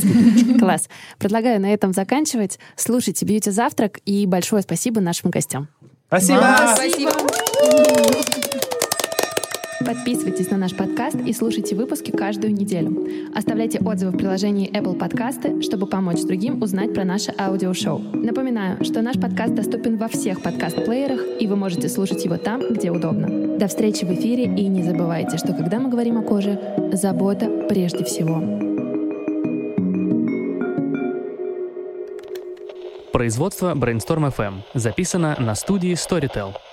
Класс. Предлагаю на этом заканчивать. Слушайте «Бьюти Завтрак» и большое спасибо нашим гостям. Спасибо! Спасибо! Подписывайтесь на наш подкаст и слушайте выпуски каждую неделю. Оставляйте отзывы в приложении Apple Подкасты, чтобы помочь другим узнать про наше аудиошоу. Напоминаю, что наш подкаст доступен во всех подкаст-плеерах, и вы можете слушать его там, где удобно. До встречи в эфире, и не забывайте, что когда мы говорим о коже, забота прежде всего. Производство Brainstorm эф эм. Записано на студии Storytel.